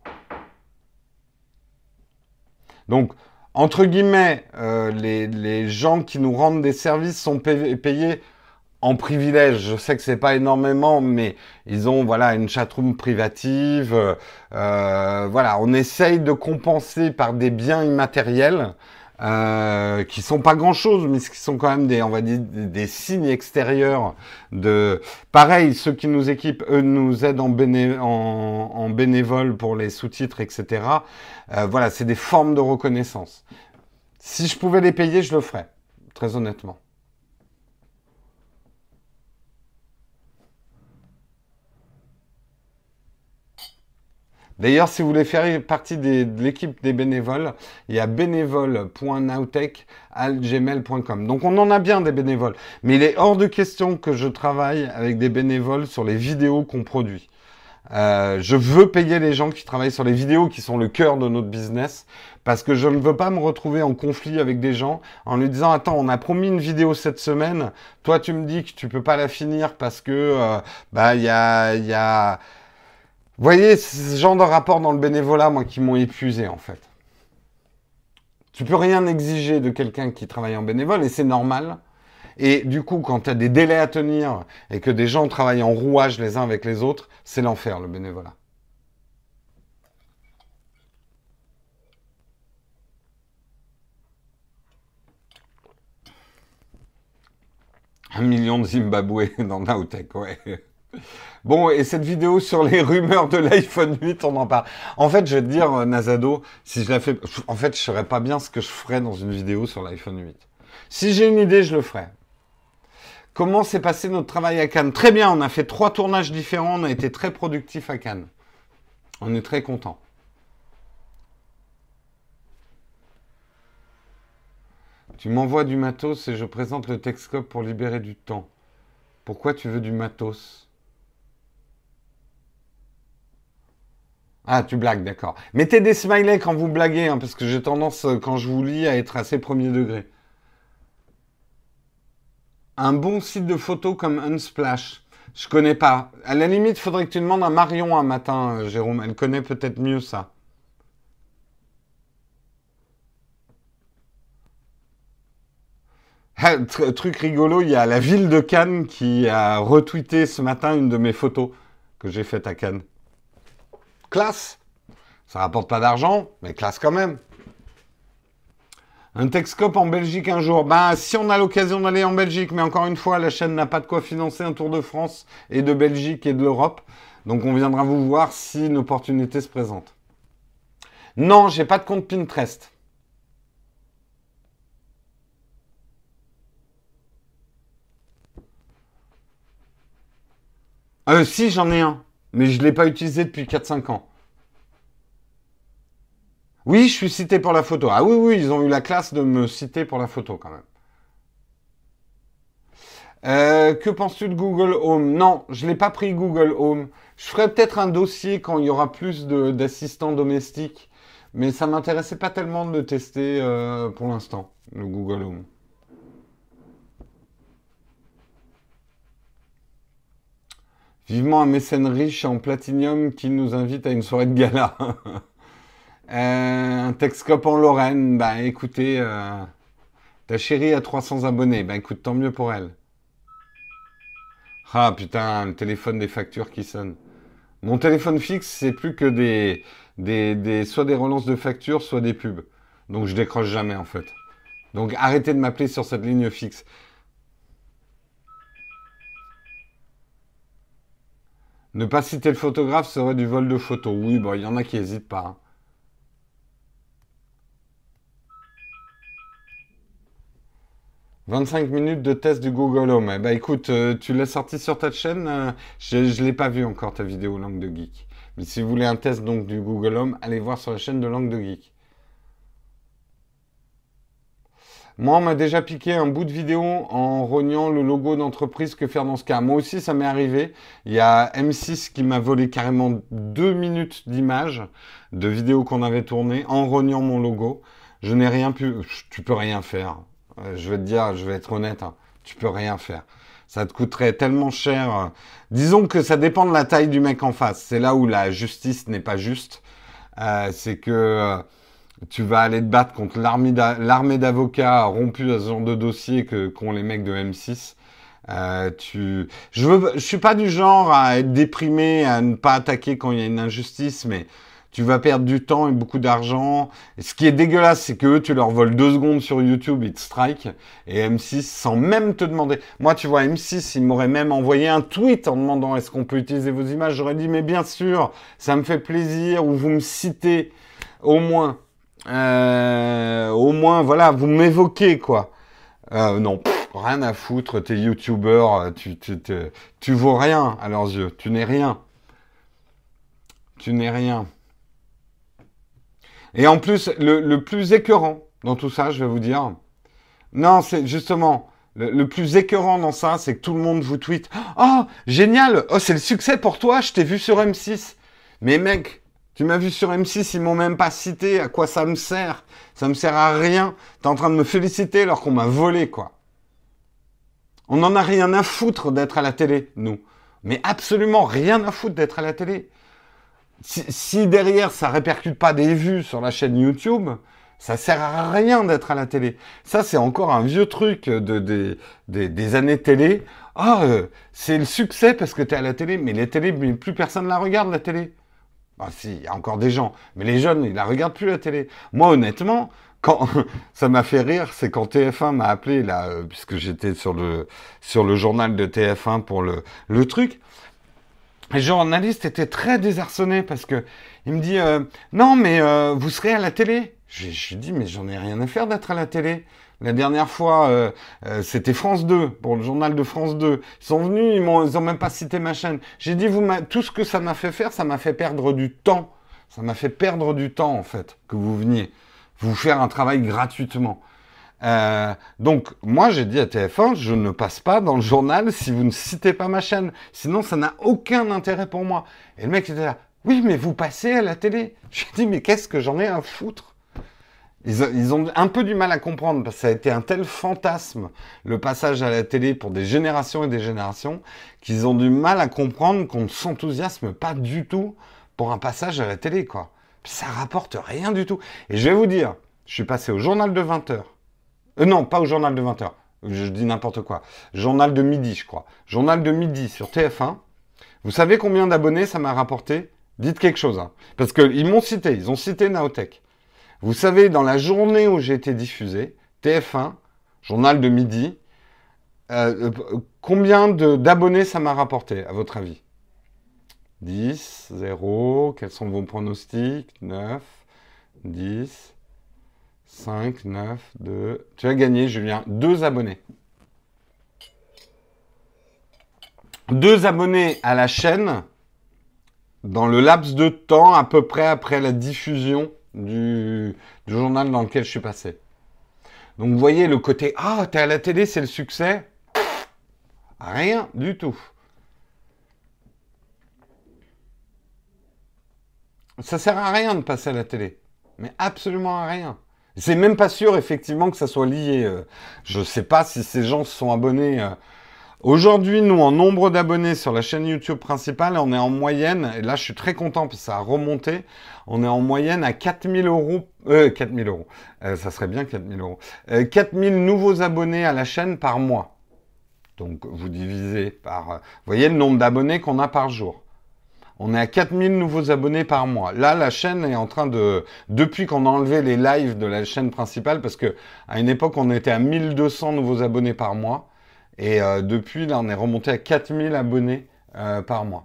Donc, entre guillemets, euh, les, les gens qui nous rendent des services sont pay- payés en privilège. Je sais que c'est pas énormément, mais ils ont voilà une chatroom privative. Euh, euh, voilà, on essaye de compenser par des biens immatériels euh, qui sont pas grand-chose, mais qui sont quand même des, on va dire, des, des signes extérieurs de. Pareil, ceux qui nous équipent, eux, nous aident en, béné... en, en bénévole pour les sous-titres, et cetera. Euh, voilà, c'est des formes de reconnaissance. Si je pouvais les payer, je le ferais, très honnêtement. D'ailleurs, si vous voulez faire partie des- de l'équipe des bénévoles, il y a bénévole point nowtech arobase gmail point com. Donc on en a bien des bénévoles, mais il est hors de question que je travaille avec des bénévoles sur les vidéos qu'on produit. Euh, je veux payer les gens qui travaillent sur les vidéos qui sont le cœur de notre business parce que je ne veux pas me retrouver en conflit avec des gens en lui disant attends on a promis une vidéo cette semaine, toi tu me dis que tu peux pas la finir parce que euh, bah il y a il y a vous voyez, ce genre de rapport dans le bénévolat, moi, qui m'ont épuisé, en fait. Tu peux rien exiger de quelqu'un qui travaille en bénévole, et c'est normal. Et du coup, quand tu as des délais à tenir, et que des gens travaillent en rouage les uns avec les autres, c'est l'enfer, le bénévolat. Un million de Zimbabwe dans Nowtech, ouais. Bon, et cette vidéo sur les rumeurs de l'iPhone huit, on en parle. En fait, je vais te dire, euh, Nazado, si je la fais... En fait, je ne saurais pas bien ce que je ferais dans une vidéo sur l'iPhone huit. Si j'ai une idée, je le ferai. Comment s'est passé notre travail à Cannes? Très bien, on a fait trois tournages différents, on a été très productifs à Cannes. On est très contents. Tu m'envoies du matos et je présente le Texcope pour libérer du temps. Pourquoi tu veux du matos? Ah, tu blagues, d'accord. Mettez des smileys quand vous blaguez, hein, parce que j'ai tendance, euh, quand je vous lis, à être assez premier degré. Un bon site de photos comme Unsplash. Je connais pas. À la limite, il faudrait que tu demandes à Marion un matin, euh, Jérôme. Elle connaît peut-être mieux ça. Ah, tr- truc rigolo, il y a la ville de Cannes qui a retweeté ce matin une de mes photos que j'ai faites à Cannes. Classe. Ça rapporte pas d'argent, mais classe quand même. Un Texcope en Belgique un jour. Ben, si on a l'occasion d'aller en Belgique, mais encore une fois, la chaîne n'a pas de quoi financer un tour de France et de Belgique et de l'Europe. Donc on viendra vous voir si une opportunité se présente. Non, j'ai pas de compte Pinterest. Euh, si, j'en ai un. Mais je ne l'ai pas utilisé depuis quatre cinq ans. Oui, je suis cité pour la photo. Ah oui, oui, ils ont eu la classe de me citer pour la photo quand même. Euh, que penses-tu de Google Home? Non, je l'ai pas pris Google Home. Je ferai peut-être un dossier quand il y aura plus de- d'assistants domestiques, mais ça m'intéressait pas tellement de le tester euh, pour l'instant, le Google Home. Vivement un mécène riche en platinium qui nous invite à une soirée de gala. Euh, un Texcope en Lorraine, bah écoutez, euh, ta chérie a trois cents abonnés, bah écoute, tant mieux pour elle. Ah putain, le téléphone des factures qui sonne. Mon téléphone fixe, c'est plus que des, des, des, soit des relances de factures, soit des pubs. Donc je décroche jamais en fait. Donc arrêtez de m'appeler sur cette ligne fixe. Ne pas citer le photographe serait du vol de photos. Oui, bon, il y en a qui hésitent pas, hein. vingt-cinq minutes de test du Google Home. Eh ben écoute, euh, tu l'as sorti sur ta chaîne. euh, je ne l'ai pas vu encore ta vidéo Langue de Geek. Mais si vous voulez un test donc du Google Home, allez voir sur la chaîne de Langue de Geek. Moi, on m'a déjà piqué un bout de vidéo en rognant le logo d'entreprise. Que faire dans ce cas? Moi aussi, ça m'est arrivé. Il y a M six qui m'a volé carrément deux minutes d'image de vidéo qu'on avait tournée en rognant mon logo. Je n'ai rien pu... Tu peux rien faire. Euh, Je vais te dire, je vais être honnête, hein. Tu peux rien faire. Ça te coûterait tellement cher. euh. Disons que ça dépend de la taille du mec en face. C'est là où la justice n'est pas juste. Euh, c'est que... euh, tu vas aller te battre contre l'armée d'a- l'armée d'avocats rompus à ce genre de dossier que qu'ont les mecs de M six. Euh, tu, je veux, je suis pas du genre à être déprimé, à ne pas attaquer quand il y a une injustice, mais tu vas perdre du temps et beaucoup d'argent. Et ce qui est dégueulasse, c'est que eux, tu leur voles deux secondes sur YouTube, ils te strike. Et M six, sans même te demander. Moi, tu vois, M six, il m'aurait même envoyé un tweet en demandant est-ce qu'on peut utiliser vos images. J'aurais dit, mais bien sûr, ça me fait plaisir, ou vous me citez, au moins. Euh, au moins, voilà, vous m'évoquez, quoi. Euh, non, pff, rien à foutre, t'es youtubeur, euh, tu, tu, tu, tu vaux rien à leurs yeux. Tu n'es rien. Tu n'es rien. Et en plus, le, le plus écœurant dans tout ça, je vais vous dire, non, c'est justement, le, le plus écœurant dans ça, c'est que tout le monde vous tweet. Oh, génial! Oh, c'est le succès pour toi, je t'ai vu sur M six. Mais mec, tu m'as vu sur M six, ils m'ont même pas cité. À quoi ça me sert? Ça me sert à rien. T'es en train de me féliciter alors qu'on m'a volé, quoi. On n'en a rien à foutre d'être à la télé, nous. Mais absolument rien à foutre d'être à la télé. Si, si derrière ça répercute pas des vues sur la chaîne YouTube, ça sert à rien d'être à la télé. Ça, c'est encore un vieux truc de, de- des des années télé. Ah, euh, c'est le succès parce que t'es à la télé, mais les télés, mais plus personne la regarde, la télé. Ah si, il y a encore des gens, mais les jeunes, ils la regardent plus la télé. Moi, honnêtement, quand ça m'a fait rire, c'est quand T F un m'a appelé là, euh, puisque j'étais sur le sur le journal de T F un pour le le truc. Le journaliste était très désarçonné parce que il me dit euh, non mais euh, vous serez à la télé. Je je lui dis mais j'en ai rien à faire d'être à la télé. La dernière fois, euh, euh, c'était France deux, pour le journal de France deux. Ils sont venus, ils m'ont, ils ont même pas cité ma chaîne. J'ai dit, vous m'a- tout ce que ça m'a fait faire, ça m'a fait perdre du temps. Ça m'a fait perdre du temps, en fait, que vous veniez vous faire un travail gratuitement. Euh, donc, moi, j'ai dit à T F un, je ne passe pas dans le journal si vous ne citez pas ma chaîne. Sinon, ça n'a aucun intérêt pour moi. Et le mec était là, oui, mais vous passez à la télé. J'ai dit, mais qu'est-ce que j'en ai à foutre? Ils, ils ont un peu du mal à comprendre parce que ça a été un tel fantasme, le passage à la télé pour des générations et des générations, qu'ils ont du mal à comprendre qu'on ne s'enthousiasme pas du tout pour un passage à la télé, quoi. Ça rapporte rien du tout. Et je vais vous dire, je suis passé au journal de vingt heures. Euh, non, pas au journal de vingt heures. Je dis n'importe quoi. Journal de midi, je crois. Journal de midi sur T F un. Vous savez combien d'abonnés ça m'a rapporté? Dites quelque chose, hein. Parce qu'ils m'ont cité, ils ont cité Naotech. Vous savez, dans la journée où j'ai été diffusé, T F un, journal de midi, euh, euh, combien de- d'abonnés ça m'a rapporté, à votre avis? Dix, zéro, quels sont vos pronostics? Neuf, dix, cinq, neuf, deux. Tu as gagné, Julien, deux abonnés. Deux abonnés à la chaîne dans le laps de temps à peu près après la diffusion du, du journal dans lequel je suis passé. Donc vous voyez le côté « Ah, t'es à la télé, c'est le succès !» Rien du tout. Ça sert à rien de passer à la télé. Mais absolument à rien. C'est même pas sûr, effectivement, que ça soit lié. euh. Je sais pas si ces gens se sont abonnés. euh. Aujourd'hui, nous, en nombre d'abonnés sur la chaîne YouTube principale, on est en moyenne, et là, je suis très content parce que ça a remonté, on est en moyenne à quatre mille euros, euh, quatre mille euros, euh, ça serait bien quatre mille euros, euh, quatre mille nouveaux abonnés à la chaîne par mois. Donc, vous divisez par, euh, vous voyez le nombre d'abonnés qu'on a par jour. On est à quatre mille nouveaux abonnés par mois. Là, la chaîne est en train de... Depuis qu'on a enlevé les lives de la chaîne principale, parce que à une époque, on était à mille deux cents nouveaux abonnés par mois. Et euh, depuis, là, on est remonté à quatre mille abonnés euh, par mois.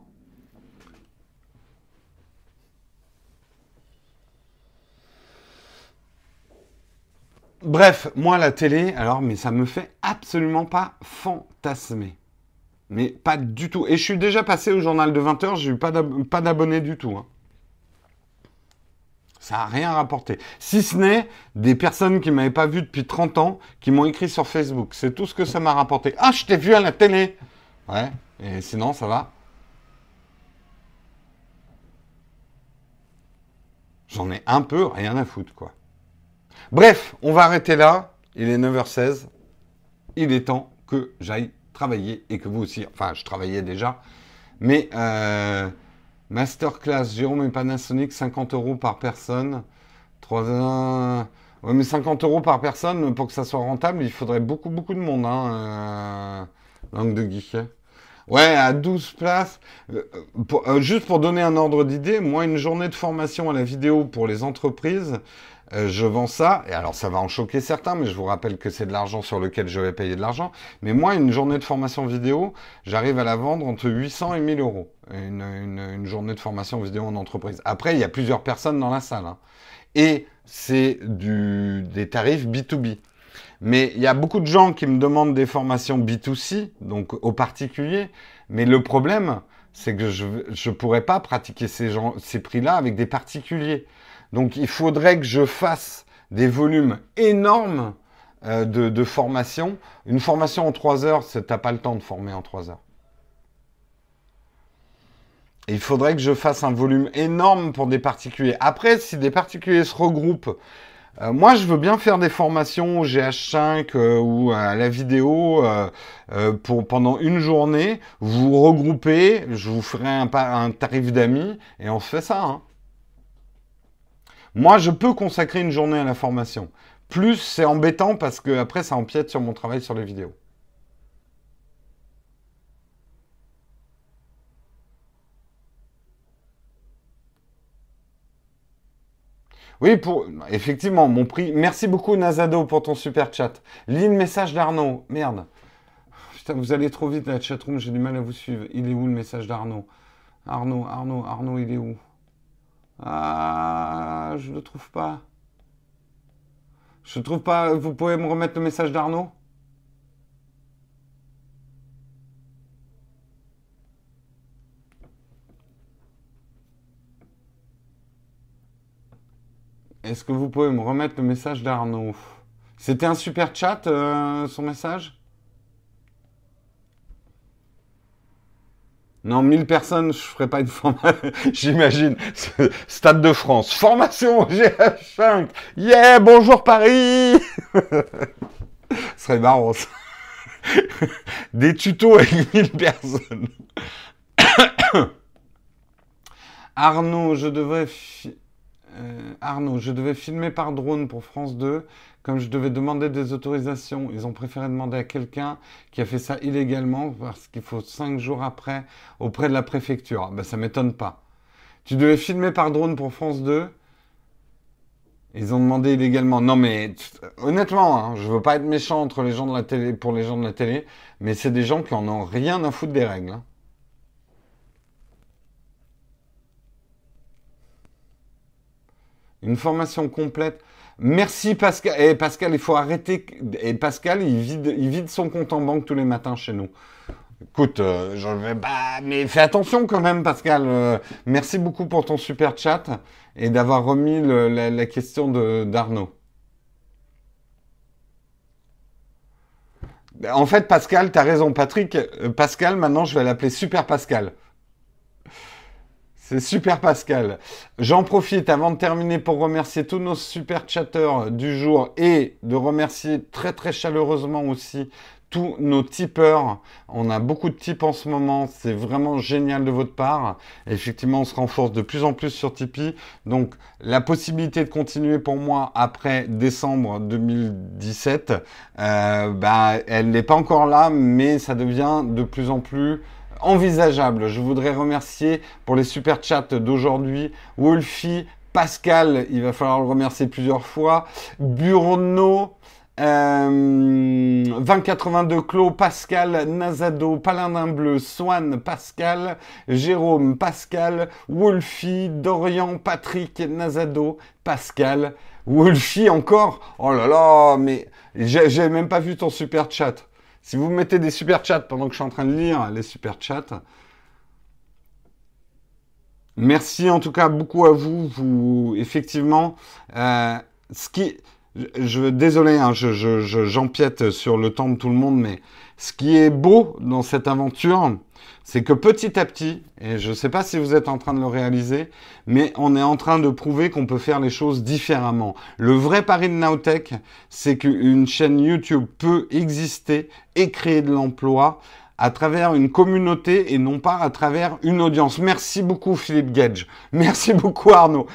Bref, moi, la télé, alors, mais ça me fait absolument pas fantasmer. Mais pas du tout. Et je suis déjà passé au journal de vingt heures, j'ai eu pas d'ab- pas d'abonnés du tout, hein. Ça n'a rien rapporté. Si ce n'est des personnes qui ne m'avaient pas vu depuis trente ans, qui m'ont écrit sur Facebook. C'est tout ce que ça m'a rapporté. Ah, je t'ai vu à la télé. Ouais, et sinon, ça va. J'en ai un peu rien à foutre, quoi. Bref, on va arrêter là. Il est neuf heures seize. Il est temps que j'aille travailler et que vous aussi. Enfin, je travaillais déjà. Mais, euh, Masterclass, Jérôme et Panasonic, cinquante euros par personne. trois ans. Ouais, mais cinquante euros par personne, pour que ça soit rentable, il faudrait beaucoup, beaucoup de monde, hein. Euh, langue de guichet. Ouais, à douze places. Euh, pour- euh, juste pour donner un ordre d'idée, moi, une journée de formation à la vidéo pour les entreprises, euh, je vends ça. Et alors, ça va en choquer certains, mais je vous rappelle que c'est de l'argent sur lequel je vais payer de l'argent. Mais moi, une journée de formation vidéo, j'arrive à la vendre entre huit cents et mille euros. Une, une- une journée de formation vidéo en entreprise. Après, il y a plusieurs personnes dans la salle, hein. Et c'est du, des tarifs B deux B. Mais il y a beaucoup de gens qui me demandent des formations B deux C, donc aux particuliers. Mais le problème, c'est que je ne pourrais pas pratiquer ces, gens, ces prix-là avec des particuliers. Donc il faudrait que je fasse des volumes énormes euh, de, de formation. Une formation en trois heures, tu n'as pas le temps de former en trois heures. Et il faudrait que je fasse un volume énorme pour des particuliers. Après, si des particuliers se regroupent, euh, moi je veux bien faire des formations au G H cinq euh, ou à la vidéo euh, euh, pour pendant une journée. Vous vous regroupez, je vous ferai un, un tarif d'amis et on se fait ça, hein. Moi je peux consacrer une journée à la formation. Plus c'est embêtant parce que après ça empiète sur mon travail sur les vidéos. Oui, pour effectivement, mon prix. Merci beaucoup Nazado pour ton super chat. Lis le message d'Arnaud. Merde. Putain, vous allez trop vite la chatroom, j'ai du mal à vous suivre. Il est où le message d'Arnaud? Arnaud, Arnaud, Arnaud, il est où? Ah, je le trouve pas. Je le trouve pas. Vous pouvez me remettre le message d'Arnaud? Est-ce que vous pouvez me remettre le message d'Arnaud? C'était un super chat, euh, son message? Non, mille personnes, je ferai pas une formation. J'imagine. Stade de France. Formation G H cinq. Yeah, bonjour Paris. Ce serait marrant, ça. Des tutos avec mille personnes. Arnaud, je devrais... Fi... Euh, Arnaud, je devais filmer par drone pour France deux, comme je devais demander des autorisations. Ils ont préféré demander à quelqu'un qui a fait ça illégalement, parce qu'il faut cinq jours après, auprès de la préfecture. Ben, ça m'étonne pas. Tu devais filmer par drone pour France deux. Ils ont demandé illégalement. Non mais, honnêtement, hein, je veux pas être méchant entre les gens de la télé, pour les gens de la télé, mais c'est des gens qui en ont rien à foutre des règles, hein. Une formation complète. Merci Pascal. Et Pascal, il faut arrêter. Et Pascal, il vide, il vide son compte en banque tous les matins chez nous. Écoute, euh, je vais. Bah, mais fais attention quand même, Pascal. Euh, merci beaucoup pour ton super chat et d'avoir remis le- la, la question de- d'Arnaud. En fait, Pascal, t'as raison, Patrick. Euh, Pascal, maintenant, je vais l'appeler Super Pascal. C'est Super Pascal. J'en profite avant de terminer pour remercier tous nos super chatteurs du jour et de remercier très très chaleureusement aussi tous nos tipeurs. On a beaucoup de tips en ce moment. C'est vraiment génial de votre part. Effectivement, on se renforce de plus en plus sur Tipeee. Donc, la possibilité de continuer pour moi après décembre deux mille dix-sept, euh, bah, elle n'est pas encore là, mais ça devient de plus en plus envisageable. Je voudrais remercier pour les super chats d'aujourd'hui Wolfie, Pascal, il va falloir le remercier plusieurs fois, Burno, euh, vingt quatre-vingt-deux Clos, Pascal, Nazado, Paladin Bleu, Swan, Pascal, Jérôme, Pascal, Wolfie, Dorian, Patrick, Nazado, Pascal, Wolfie encore. Oh là là, mais j'ai j'ai même pas vu ton super chat. Si vous mettez des super chats pendant que je suis en train de lire les super chats, merci en tout cas beaucoup à vous. Vous effectivement, euh, ce qui, je, désolé, hein, je, je, je, j'empiète sur le temps de tout le monde, mais ce qui est beau dans cette aventure, c'est que petit à petit, et je ne sais pas si vous êtes en train de le réaliser, mais on est en train de prouver qu'on peut faire les choses différemment. Le vrai pari de Nowtech, c'est qu'une chaîne YouTube peut exister et créer de l'emploi à travers une communauté et non pas à travers une audience. Merci beaucoup Philippe Gage. Merci beaucoup Arnaud.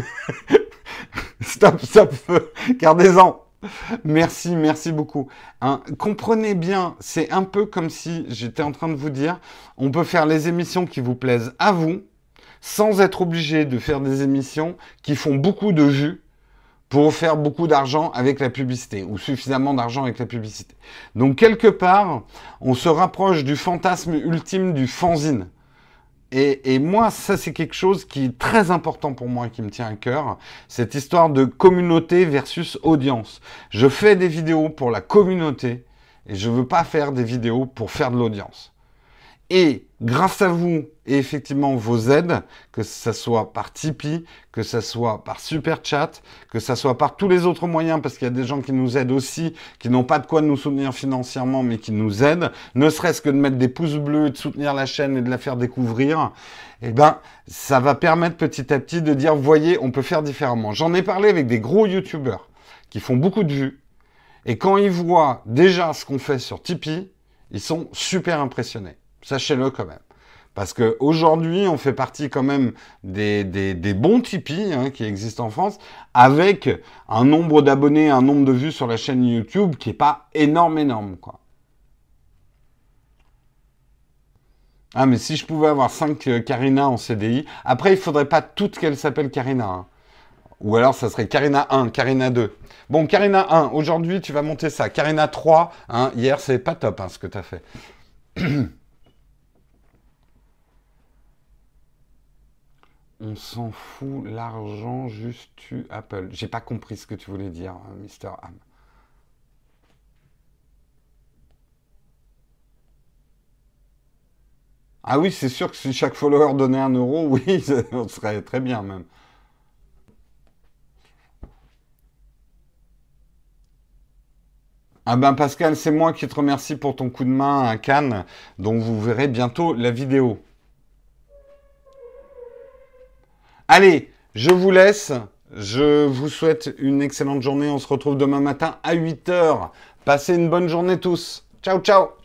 Stop, stop, gardez-en. Merci, merci beaucoup. Hein, comprenez bien, c'est un peu comme si j'étais en train de vous dire, on peut faire les émissions qui vous plaisent à vous, sans être obligé de faire des émissions qui font beaucoup de vues pour faire beaucoup d'argent avec la publicité, ou suffisamment d'argent avec la publicité. Donc quelque part, on se rapproche du fantasme ultime du fanzine. Et, et moi, ça, c'est quelque chose qui est très important pour moi, qui me tient à cœur. Cette histoire de communauté versus audience. Je fais des vidéos pour la communauté et je veux pas faire des vidéos pour faire de l'audience. Et grâce à vous et effectivement vos aides, que ça soit par Tipeee, que ça soit par Super Chat, que ça soit par tous les autres moyens, parce qu'il y a des gens qui nous aident aussi, qui n'ont pas de quoi nous soutenir financièrement, mais qui nous aident, ne serait-ce que de mettre des pouces bleus, de soutenir la chaîne et de la faire découvrir, eh ben, ça va permettre petit à petit de dire, voyez, on peut faire différemment. J'en ai parlé avec des gros youtubeurs qui font beaucoup de vues, et quand ils voient déjà ce qu'on fait sur Tipeee, ils sont super impressionnés. Sachez-le quand même. Parce qu'aujourd'hui, on fait partie quand même des, des, des bons Tipeee hein, qui existent en France, avec un nombre d'abonnés, un nombre de vues sur la chaîne YouTube qui n'est pas énorme, énorme, quoi. Ah, mais si je pouvais avoir cinq euh, Karina en C D I, après, il ne faudrait pas toutes qu'elles s'appellent Karina. Hein. Ou alors, ça serait Karina un, Karina deux. Bon, Karina un, aujourd'hui, tu vas monter ça. Karina trois, hein, hier, c'est pas top hein, ce que tu as fait. On s'en fout, l'argent, juste tu Apple. J'ai pas compris ce que tu voulais dire, Mister Ham. Ah oui, c'est sûr que si chaque follower donnait un euro, oui, ça serait très bien même. Ah ben Pascal, c'est moi qui te remercie pour ton coup de main à Cannes, donc vous verrez bientôt la vidéo. Allez, je vous laisse. Je vous souhaite une excellente journée. On se retrouve demain matin à huit heures. Passez une bonne journée tous. Ciao, ciao.